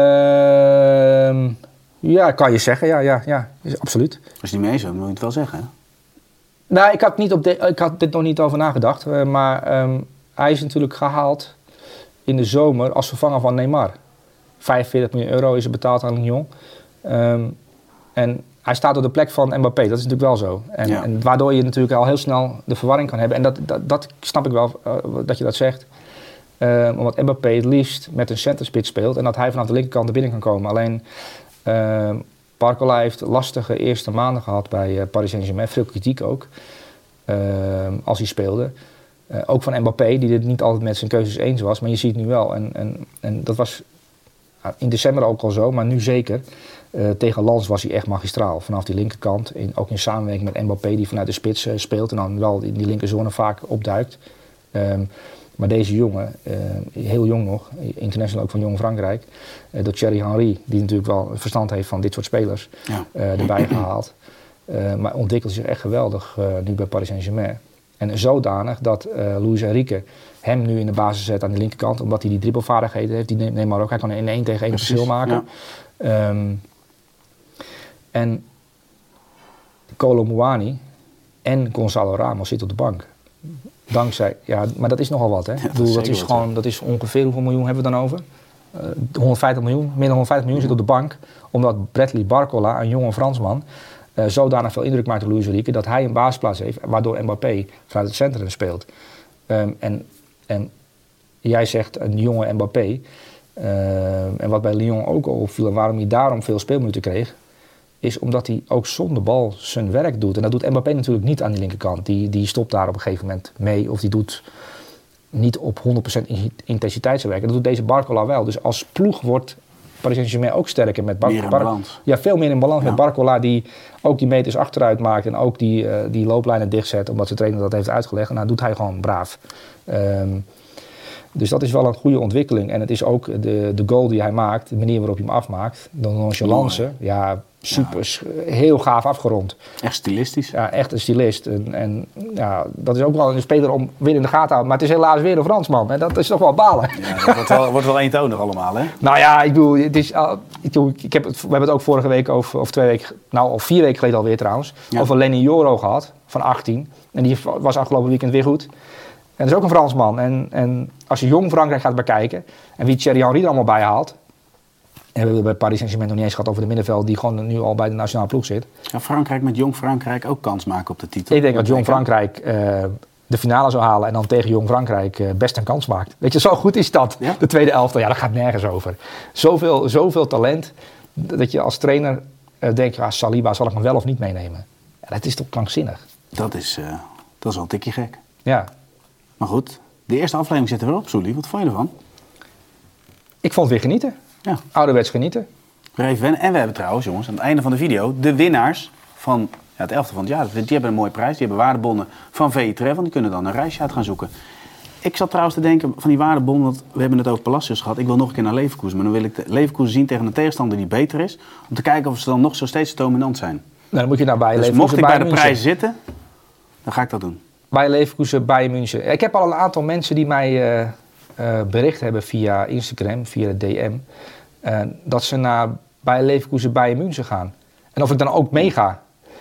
Ja, kan je zeggen. Ja, absoluut. Als je het niet mee eens bent, moet je het wel zeggen. Hè? Nou, ik had dit nog niet over nagedacht. Maar hij is natuurlijk gehaald in de zomer als vervanger van Neymar. 45 miljoen euro is er betaald aan Lyon. En hij staat op de plek van Mbappé. Dat is natuurlijk wel zo. En waardoor je natuurlijk al heel snel de verwarring kan hebben. En dat snap ik wel, dat je dat zegt. Omdat Mbappé het liefst met een centerspits speelt en dat hij vanaf de linkerkant er binnen kan komen. Alleen Barcola heeft lastige eerste maanden gehad bij Paris Saint-Germain. Veel kritiek ook, als hij speelde. Ook van Mbappé, die het niet altijd met zijn keuzes eens was. Maar je ziet het nu wel. En dat was in december ook al zo, maar nu zeker. Tegen Lens was hij echt magistraal. Vanaf die linkerkant, ook in samenwerking met Mbappé, die vanuit de spits speelt. En dan wel in die linkerzone vaak opduikt. Maar deze jongen, heel jong nog, international ook van Jong Frankrijk, door Thierry Henry, die natuurlijk wel verstand heeft van dit soort spelers, erbij gehaald. Maar ontwikkelt zich echt geweldig nu bij Paris Saint-Germain. En zodanig dat Luis Enrique hem nu in de basis zet aan de linkerkant. Omdat hij die dribbelvaardigheden heeft. Die Neymar ook. Hij kan een 1 tegen 1 verschil maken. Ja. En Kolo Muani en Gonzalo Ramos zitten op de bank. Dankzij, ja, maar dat is nogal wat, hè? Ja, dat is ongeveer, hoeveel miljoen hebben we dan over? 150 miljoen, meer dan 150 miljoen zit op de bank. Omdat Bradley Barcola, een jonge Fransman, zodanig veel indruk maakt op Luis Enrique dat hij een basisplaats heeft, waardoor Mbappé vanuit het centrum speelt. En jij zegt een jonge Mbappé. En wat bij Lyon ook al opviel en waarom hij daarom veel speelminuten kreeg, is omdat hij ook zonder bal zijn werk doet. En dat doet Mbappé natuurlijk niet aan die linkerkant. Die stopt daar op een gegeven moment mee. Of die doet niet op 100% intensiteit zijn werk. En dat doet deze Barcola wel. Dus als ploeg wordt Paris Saint-Germain ook sterker met Barcola. Ja, veel meer in balans met Barcola. Die ook die meters achteruit maakt. En ook die looplijnen dichtzet. Omdat zijn trainer dat heeft uitgelegd. En dat doet hij gewoon braaf. Dus dat is wel een goede ontwikkeling. En het is ook de goal die hij maakt. De manier waarop hij hem afmaakt. De nonchalance. Ja, super. Ja. Heel gaaf afgerond. Echt stilistisch. Ja, echt een stylist. En ja, dat is ook wel een speler om weer in de gaten te houden. Maar het is helaas weer een Fransman. En dat is toch wel balen. Ja, dat wordt wel eentonig allemaal, hè? Nou ja, ik bedoel, het is, we hebben het ook vorige week of 2 weken, nou al 4 weken geleden alweer trouwens, over Lenny Yoro gehad, van 18. En die was afgelopen weekend weer goed. En dat is ook een Fransman. En als je jong Frankrijk gaat bekijken en wie Thierry Henry er allemaal bij haalt. En we hebben bij Paris Saint-Germain nog niet eens gehad over de middenveld die gewoon nu al bij de nationale ploeg zit. Kan Frankrijk met jong Frankrijk ook kans maken op de titel? Ik denk dat jong Frankrijk de finale zou halen en dan tegen jong Frankrijk best een kans maakt. Weet je, zo goed is dat. Ja? De tweede elftal, ja, dat gaat nergens over. Zoveel talent dat je als trainer denkt, ja, Saliba zal ik me wel of niet meenemen. Ja, dat is toch krankzinnig. Dat is wel een tikje gek. Ja. Maar goed, de eerste aflevering zit er weer op, Soelie. Wat vond je ervan? Ik vond het weer genieten. Ja. Ouderwets genieten. En we hebben trouwens, jongens, aan het einde van de video de winnaars van het 11e van het jaar. Die hebben een mooie prijs. Die hebben waardebonnen van VI Travel. Die kunnen dan een reisje uit gaan zoeken. Ik zat trouwens te denken van die waardebonnen, want we hebben het over Palacios gehad. Ik wil nog een keer naar Leverkusen. Maar dan wil ik de Leverkusen zien tegen een tegenstander die beter is. Om te kijken of ze dan nog zo steeds dominant zijn. Nou, dan moet je nou bij dus Leverkusen. Mocht ik bij de prijs zitten, dan ga ik dat doen. Bij Leverkusen, Bayern München. Ik heb al een aantal mensen die mij bericht hebben via Instagram, via de DM. Dat ze naar Bayer Leverkusen, Bayern München gaan. En of ik dan ook meega.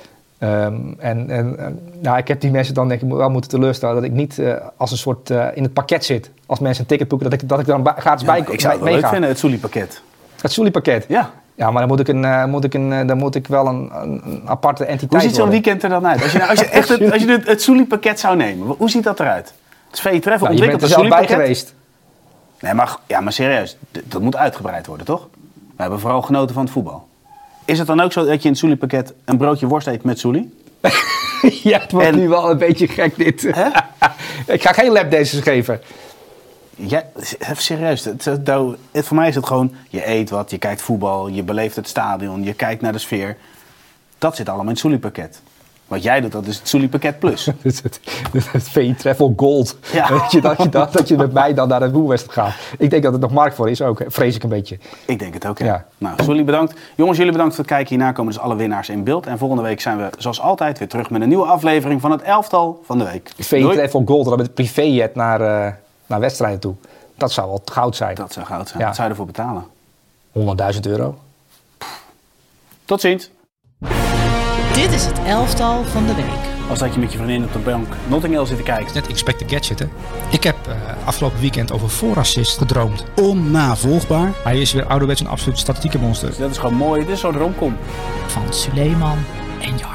Nou, ik heb die mensen dan denk ik wel moeten teleurstellen dat ik niet als een soort in het pakket zit. Als mensen een ticket boeken, dat ik dan gratis bij meega. Ik zou het wel leuk vinden, het Soelie-pakket. Het Soelie-pakket? Ja. Ja, maar dan moet ik wel een aparte entiteit Hoe ziet zo'n worden. weekend er dan uit? Als je het Soelie-pakket zou nemen, hoe ziet dat eruit? Het is VI Travel ontwikkeld. Je bent er zelf bij geweest. Nee, maar serieus, dat moet uitgebreid worden, toch? We hebben vooral genoten van het voetbal. Is het dan ook zo dat je in het Soelie-pakket een broodje worst eet met Soelie? Ja, het wordt nu wel een beetje gek dit. Ik ga geen lapdances geven. Ja, serieus. Voor mij is het gewoon, je eet wat, je kijkt voetbal, je beleeft het stadion, je kijkt naar de sfeer. Dat zit allemaal in het Soelie-pakket. Wat jij doet, dat is het Soelie-pakket plus. Het VI Travel Gold. Ja. Dat je met mij dan naar de Boerwedstrijd gaat. Ik denk dat het nog markt voor is ook, vrees ik een beetje. Ik denk het ook, ja. Nou, Soelie bedankt. Jongens, jullie bedankt voor het kijken. Hierna komen dus alle winnaars in beeld. En volgende week zijn we zoals altijd weer terug met een nieuwe aflevering van het elftal van de week. VI Travel Gold, dan met het privéjet naar wedstrijden toe. Dat zou wel goud zijn. Dat zou goud zijn. Ja. Wat zou je ervoor betalen? €100.000. Tot ziens. Dit is het elftal van de week. Als dat je met je vriendin op de bank Notting Hill zit te kijken. Net Inspector Gadget, hè? Ik heb afgelopen weekend over voorassist gedroomd. Onnavolgbaar. Hij is weer ouderwets een absoluut statistieke monster. Dus dat is gewoon mooi. Dit is zo'n romcom. Van Suleiman en Jarno.